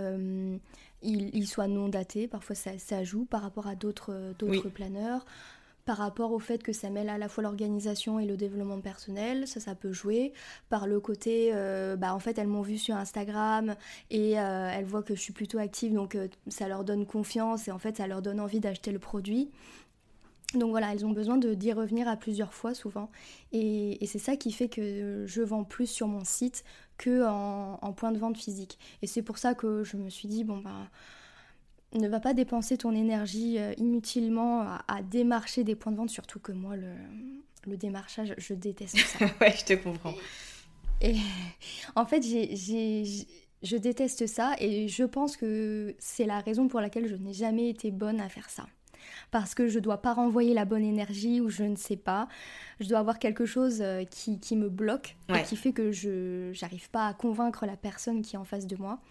soit non daté. Parfois, ça joue par rapport à d'autres planeurs. Par rapport au fait que ça mêle à la fois l'organisation et le développement personnel, ça peut jouer. Par le côté, en fait, elles m'ont vu sur Instagram et elles voient que je suis plutôt active, donc ça leur donne confiance et en fait, ça leur donne envie d'acheter le produit. Donc voilà, elles ont besoin d'y revenir à plusieurs fois souvent. Et c'est ça qui fait que je vends plus sur mon site qu'en point de vente physique. Et c'est pour ça que je me suis dit, ne va pas dépenser ton énergie inutilement à démarcher des points de vente, surtout que moi, le démarchage, je déteste ça. Ouais, je te comprends. Et en fait, je déteste ça et je pense que c'est la raison pour laquelle je n'ai jamais été bonne à faire ça. Parce que je dois pas renvoyer la bonne énergie ou je ne sais pas. Je dois avoir quelque chose qui me bloque et qui fait que je n'arrive pas à convaincre la personne qui est en face de moi.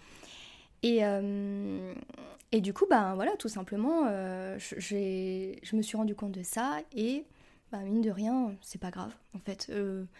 Et du coup, tout simplement, je me suis rendu compte de ça et mine de rien, c'est pas grave. En fait,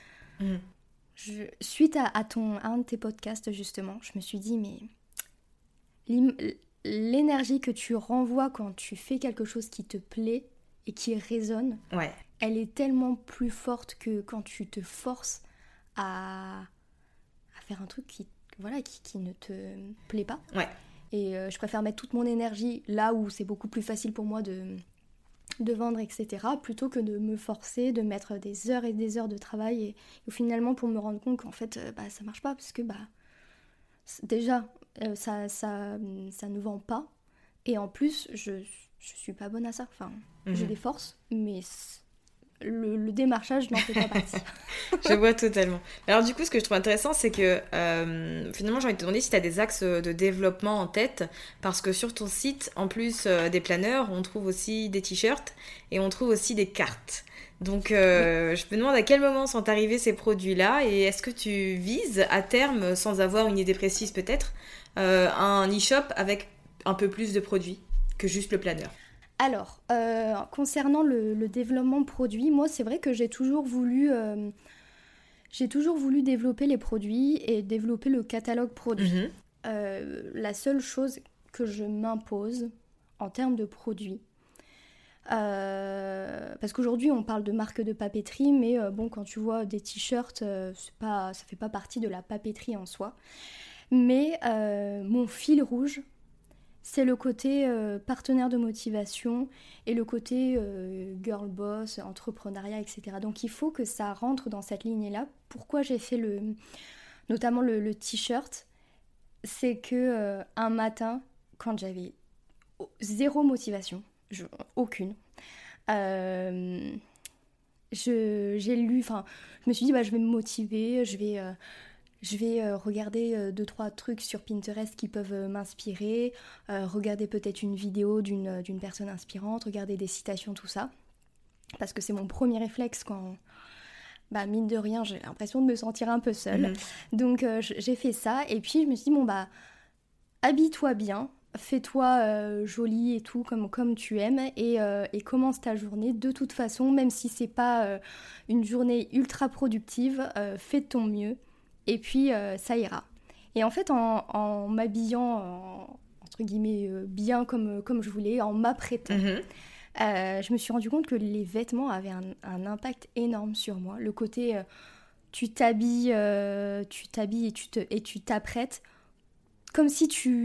suite à un de tes podcasts, justement, je me suis dit, mais l'énergie que tu renvoies quand tu fais quelque chose qui te plaît et qui résonne, elle est tellement plus forte que quand tu te forces à faire un truc qui ne te plaît pas. Et je préfère mettre toute mon énergie là où c'est beaucoup plus facile pour moi de vendre, etc., plutôt que de me forcer, de mettre des heures et des heures de travail et finalement pour me rendre compte qu'en fait ça marche pas parce que déjà ça ne vend pas et en plus je suis pas bonne à ça. Enfin, j'ai des forces, mais le démarchage n'en fait pas partie. Je vois totalement. Alors du coup, ce que je trouve intéressant, c'est que finalement, j'ai envie de te demander si tu as des axes de développement en tête, parce que sur ton site, en plus des planeurs, on trouve aussi des t-shirts et on trouve aussi des cartes. Donc je me demande à quel moment sont arrivés ces produits-là et est-ce que tu vises à terme, sans avoir une idée précise peut-être, un e-shop avec un peu plus de produits que juste le planeur? Alors, concernant le développement produit, moi c'est vrai que j'ai toujours voulu développer les produits et développer le catalogue produit. La seule chose que je m'impose en termes de produits, parce qu'aujourd'hui on parle de marque de papeterie, mais quand tu vois des t-shirts, ça fait pas partie de la papeterie en soi. Mais mon fil rouge, c'est le côté partenaire de motivation et le côté girl boss, entrepreneuriat, etc. Donc il faut que ça rentre dans cette lignée-là. Pourquoi j'ai fait notamment le t-shirt, c'est que un matin, quand j'avais zéro motivation, aucune, j'ai lu, je me suis dit je vais me motiver, je vais regarder 2-3 trucs sur Pinterest qui peuvent m'inspirer, regarder peut-être une vidéo d'une personne inspirante, regarder des citations, tout ça. Parce que c'est mon premier réflexe quand, mine de rien, j'ai l'impression de me sentir un peu seule. Donc j'ai fait ça et puis je me suis dit, habille-toi bien, fais-toi jolie et tout comme tu aimes et commence ta journée. De toute façon, même si c'est pas une journée ultra productive, fais de ton mieux. Et puis ça ira. Et en fait, en m'habillant, entre guillemets, bien comme je voulais, en m'apprêtant, je me suis rendu compte que les vêtements avaient un impact énorme sur moi. Le côté, tu t'habilles et tu t'apprêtes comme si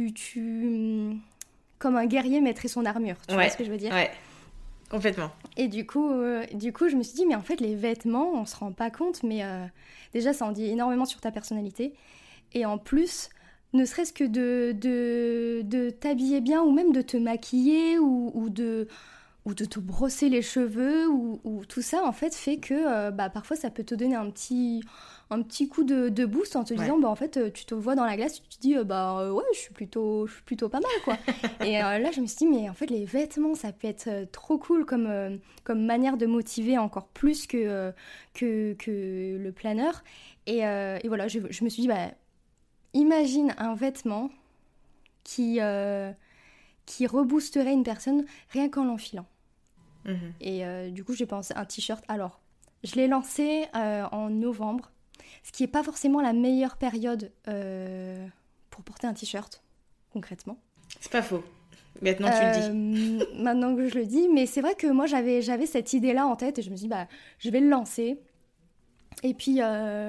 comme un guerrier mettrait son armure. Tu vois ce que je veux dire ? Ouais. Complètement. Et du coup, je me suis dit, mais en fait, les vêtements, on se rend pas compte, mais déjà, ça en dit énormément sur ta personnalité. Et en plus, ne serait-ce que de t'habiller bien, ou même de te maquiller, ou de te brosser les cheveux, ou tout ça, en fait, fait que parfois, ça peut te donner un petit coup de boost en te disant, en fait, tu te vois dans la glace, tu te dis, ouais, je suis plutôt pas mal, quoi. Et là, je me suis dit, mais en fait, les vêtements, ça peut être trop cool comme manière de motiver encore plus que le planeur. Et voilà, je me suis dit, imagine un vêtement qui reboosterait une personne rien qu'en l'enfilant. Et du coup, j'ai pensé un t-shirt. Alors, je l'ai lancé en novembre, ce qui n'est pas forcément la meilleure période pour porter un t-shirt, concrètement. C'est pas faux. Maintenant tu le dis. Maintenant que je le dis, mais c'est vrai que moi j'avais cette idée-là en tête et je me suis dit, je vais le lancer. Et puis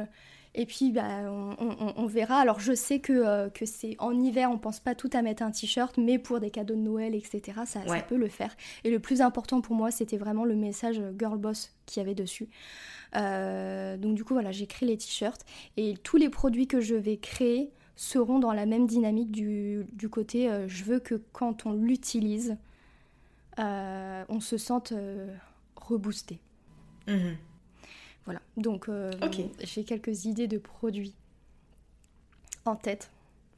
on verra. Alors je sais que c'est en hiver, on pense pas tout à mettre un t-shirt, mais pour des cadeaux de Noël, etc., ça peut le faire. Et le plus important pour moi, c'était vraiment le message Girl Boss qu'il y avait dessus. Donc du coup, voilà, j'ai créé les t-shirts. Et tous les produits que je vais créer seront dans la même dynamique du côté je veux que quand on l'utilise, on se sente reboosté. Voilà, donc j'ai quelques idées de produits en tête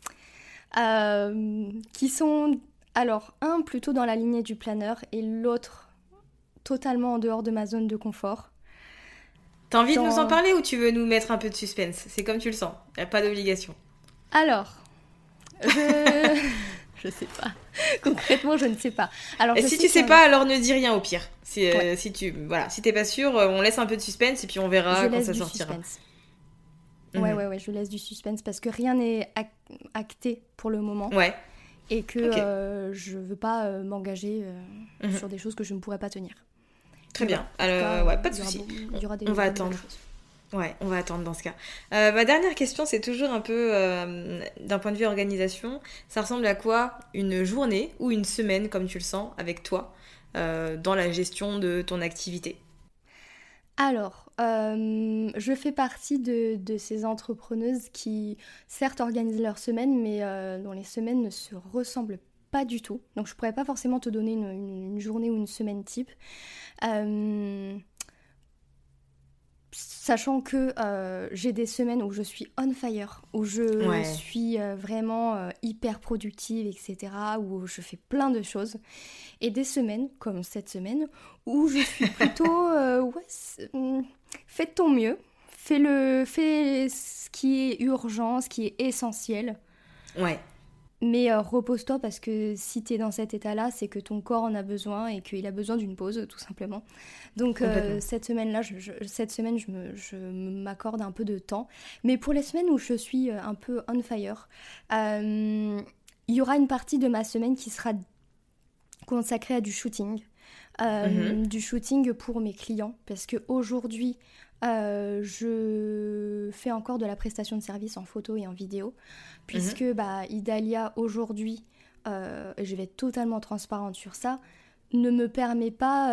qui sont, alors, un plutôt dans la lignée du planeur et l'autre totalement en dehors de ma zone de confort. T'as envie de nous en parler ou tu veux nous mettre un peu de suspense? C'est comme tu le sens, y a pas d'obligation. Alors, je sais pas. Concrètement, je ne sais pas. Alors, et si tu sais pas, alors ne dis rien au pire. Si t'es pas sûr, on laisse un peu de suspense et puis on verra quand ça sortira. Ouais, je laisse du suspense parce que rien n'est acté pour le moment. Ouais. Et que je veux pas m'engager sur des choses que je ne pourrais pas tenir. Très bien. Alors, pas de souci. On va attendre. Ouais, on va attendre dans ce cas. Ma dernière question, c'est toujours un peu d'un point de vue organisation. Ça ressemble à quoi une journée ou une semaine, comme tu le sens, avec toi, dans la gestion de ton activité? Alors, je fais partie de ces entrepreneuses qui, certes, organisent leur semaine, mais dont les semaines ne se ressemblent pas du tout. Donc, je pourrais pas forcément te donner une journée ou une semaine type. Sachant que j'ai des semaines où je suis on fire, où je suis vraiment hyper productive, etc., où je fais plein de choses. Et des semaines, comme cette semaine, où je suis plutôt... fais de ton mieux, fais ce qui est urgent, ce qui est essentiel. Ouais. Mais repose-toi parce que si t'es dans cet état-là, c'est que ton corps en a besoin et qu'il a besoin d'une pause, tout simplement. Donc cette semaine-là, je m'accorde un peu de temps. Mais pour les semaines où je suis un peu on fire, il y aura une partie de ma semaine qui sera consacrée à du shooting. Du shooting pour mes clients. Parce qu'aujourd'hui, je fais encore de la prestation de service en photo et en vidéo. Puisque Idalia, aujourd'hui, et je vais être totalement transparente sur ça, ne me permet pas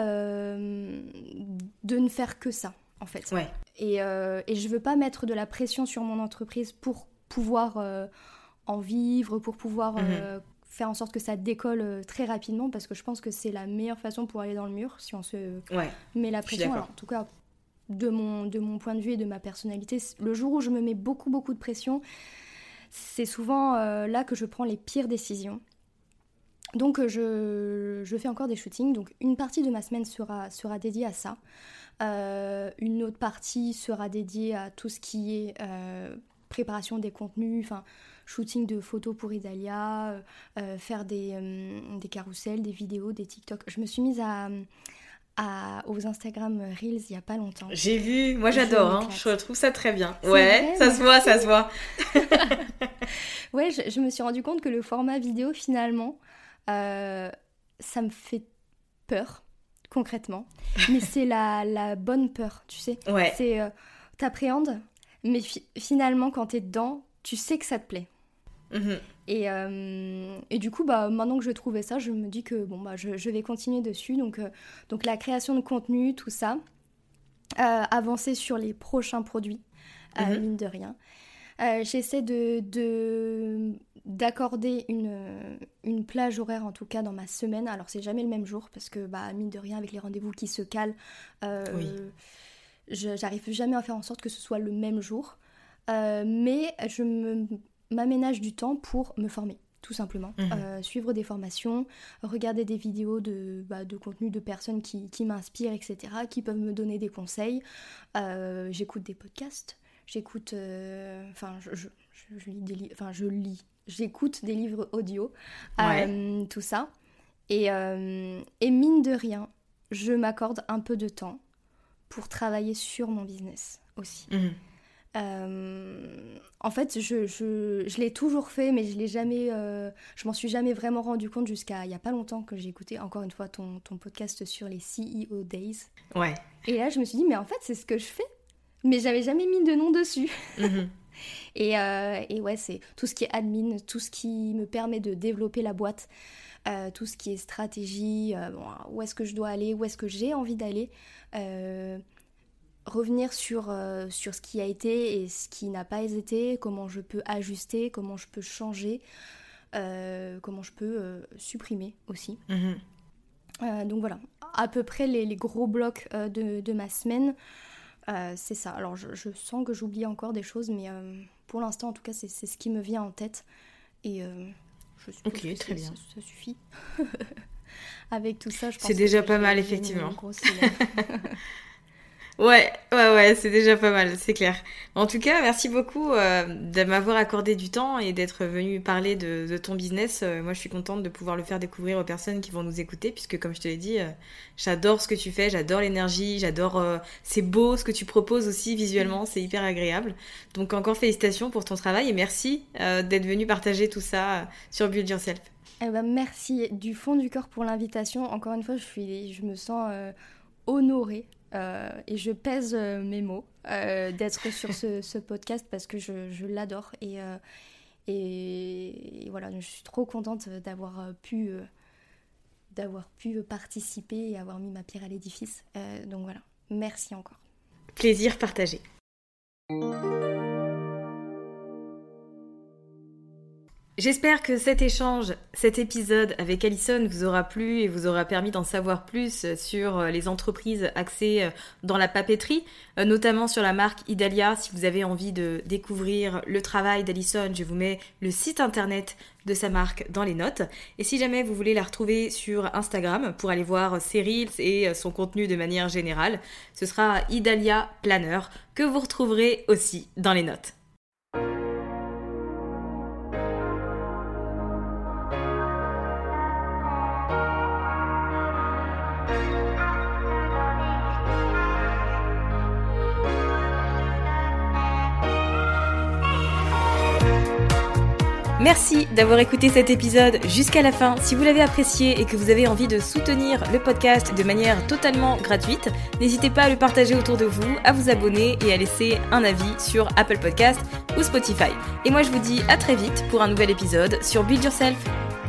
de ne faire que ça, en fait. Ouais. Et je veux pas mettre de la pression sur mon entreprise pour pouvoir en vivre, pour pouvoir faire en sorte que ça décolle très rapidement, parce que je pense que c'est la meilleure façon pour aller dans le mur, si on se met la pression. Alors, en tout cas, de mon point de vue et de ma personnalité, le jour où je me mets beaucoup de pression, c'est souvent là que je prends les pires décisions. Donc je fais encore des shootings, donc une partie de ma semaine sera dédiée à ça. Une autre partie sera dédiée à tout ce qui est préparation des contenus, enfin shooting de photos pour Idalia, faire des carousels, des vidéos, des TikTok. Je me suis mise aux Instagram Reels il y a pas longtemps. J'ai vu, moi j'adore, je trouve ça très bien. C'est vrai, ça se voit. Ouais, je me suis rendu compte que le format vidéo finalement, ça me fait peur, concrètement. Mais c'est la bonne peur, tu sais. Ouais. C'est, t'appréhendes, mais finalement quand t'es dedans, tu sais que ça te plaît. Et du coup, maintenant que je trouvais ça, je me dis que je vais continuer dessus. Donc la création de contenu, tout ça, avancer sur les prochains produits, mine de rien. J'essaie d'accorder une plage horaire, en tout cas dans ma semaine. Alors c'est jamais le même jour parce que mine de rien, avec les rendez-vous qui se calent, j'arrive jamais à faire en sorte que ce soit le même jour. Mais je m'aménage du temps pour me former, tout simplement. Suivre des formations, regarder des vidéos de contenu de personnes qui m'inspirent, etc., qui peuvent me donner des conseils. J'écoute des podcasts, je lis des livres, je lis j'écoute des livres audio, tout ça. Et mine de rien, je m'accorde un peu de temps pour travailler sur mon business aussi. En fait, je l'ai toujours fait, mais je m'en suis jamais vraiment rendu compte jusqu'à il y a pas longtemps que j'ai écouté encore une fois ton podcast sur les CEO Days. Ouais. Et là, je me suis dit, mais en fait, c'est ce que je fais, mais j'avais jamais mis de nom dessus. Et ouais, c'est tout ce qui est admin, tout ce qui me permet de développer la boîte, tout ce qui est stratégie, où est-ce que je dois aller, où est-ce que j'ai envie d'aller. Revenir sur ce qui a été et ce qui n'a pas été, comment je peux ajuster, comment je peux changer, comment je peux supprimer aussi. Donc voilà, à peu près les gros blocs de ma semaine, c'est ça. Alors je sens que j'oublie encore des choses, mais pour l'instant en tout cas c'est ce qui me vient en tête. Et je suppose que très bien. Ça suffit. Avec tout ça, je pense c'est déjà pas mal, effectivement. Ouais, c'est déjà pas mal, c'est clair. En tout cas, merci beaucoup de m'avoir accordé du temps et d'être venu parler de ton business. Moi, je suis contente de pouvoir le faire découvrir aux personnes qui vont nous écouter, puisque comme je te l'ai dit, j'adore ce que tu fais, j'adore l'énergie, c'est beau ce que tu proposes aussi visuellement, c'est hyper agréable. Donc encore félicitations pour ton travail et merci d'être venu partager tout ça sur Build Yourself. Merci du fond du cœur pour l'invitation. Encore une fois, je me sens honorée. Et je pèse mes mots d'être sur ce podcast parce que je l'adore et voilà, je suis trop contente d'avoir pu participer et avoir mis ma pierre à l'édifice. Donc voilà, merci encore. Plaisir partagé. J'espère que cet épisode avec Alison vous aura plu et vous aura permis d'en savoir plus sur les entreprises axées dans la papeterie, notamment sur la marque Idalia. Si vous avez envie de découvrir le travail d'Alison, je vous mets le site internet de sa marque dans les notes. Et si jamais vous voulez la retrouver sur Instagram pour aller voir ses reels et son contenu de manière générale, ce sera Idalia Planner que vous retrouverez aussi dans les notes. Merci d'avoir écouté cet épisode jusqu'à la fin. Si vous l'avez apprécié et que vous avez envie de soutenir le podcast de manière totalement gratuite, n'hésitez pas à le partager autour de vous, à vous abonner et à laisser un avis sur Apple Podcast ou Spotify. Et moi je vous dis à très vite pour un nouvel épisode sur Build Yourself.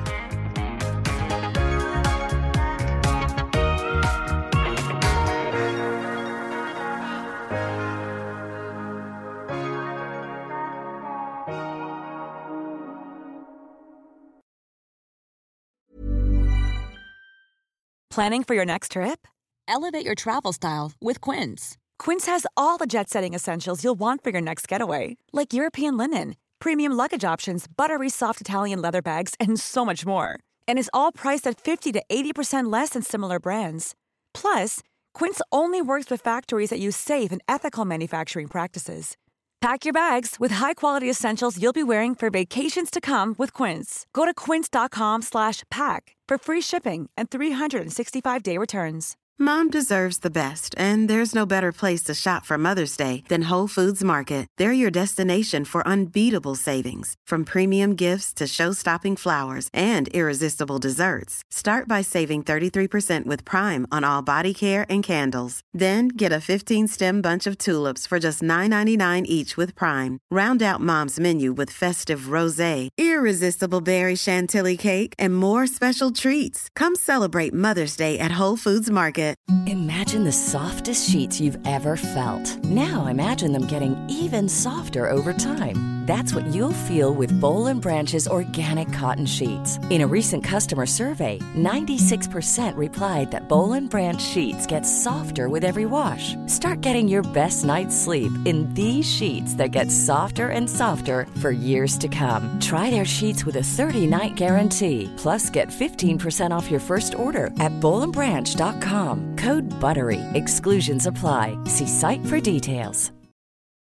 Planning for your next trip? Elevate your travel style with Quince. Quince has all the jet-setting essentials you'll want for your next getaway, like European linen, premium luggage options, buttery soft Italian leather bags, and so much more. And is all priced at 50 to 80% less than similar brands. Plus, Quince only works with factories that use safe and ethical manufacturing practices. Pack your bags with high-quality essentials you'll be wearing for vacations to come with Quince. Go to quince.com/pack for free shipping and 365-day returns. Mom deserves the best, and there's no better place to shop for Mother's Day than Whole Foods Market. They're your destination for unbeatable savings, from premium gifts to show-stopping flowers and irresistible desserts. Start by saving 33% with Prime on all body care and candles. Then get a 15-stem bunch of tulips for just $9.99 each with Prime. Round out Mom's menu with festive rosé, irresistible berry chantilly cake, and more special treats. Come celebrate Mother's Day at Whole Foods Market. Imagine the softest sheets you've ever felt. Now imagine them getting even softer over time. That's what you'll feel with Boll & Branch's organic cotton sheets. In a recent customer survey, 96% replied that Boll & Branch sheets get softer with every wash. Start getting your best night's sleep in these sheets that get softer and softer for years to come. Try their sheets with a 30-night guarantee. Plus, get 15% off your first order at bollandbranch.com. Code BUTTERY. Exclusions apply. See site for details.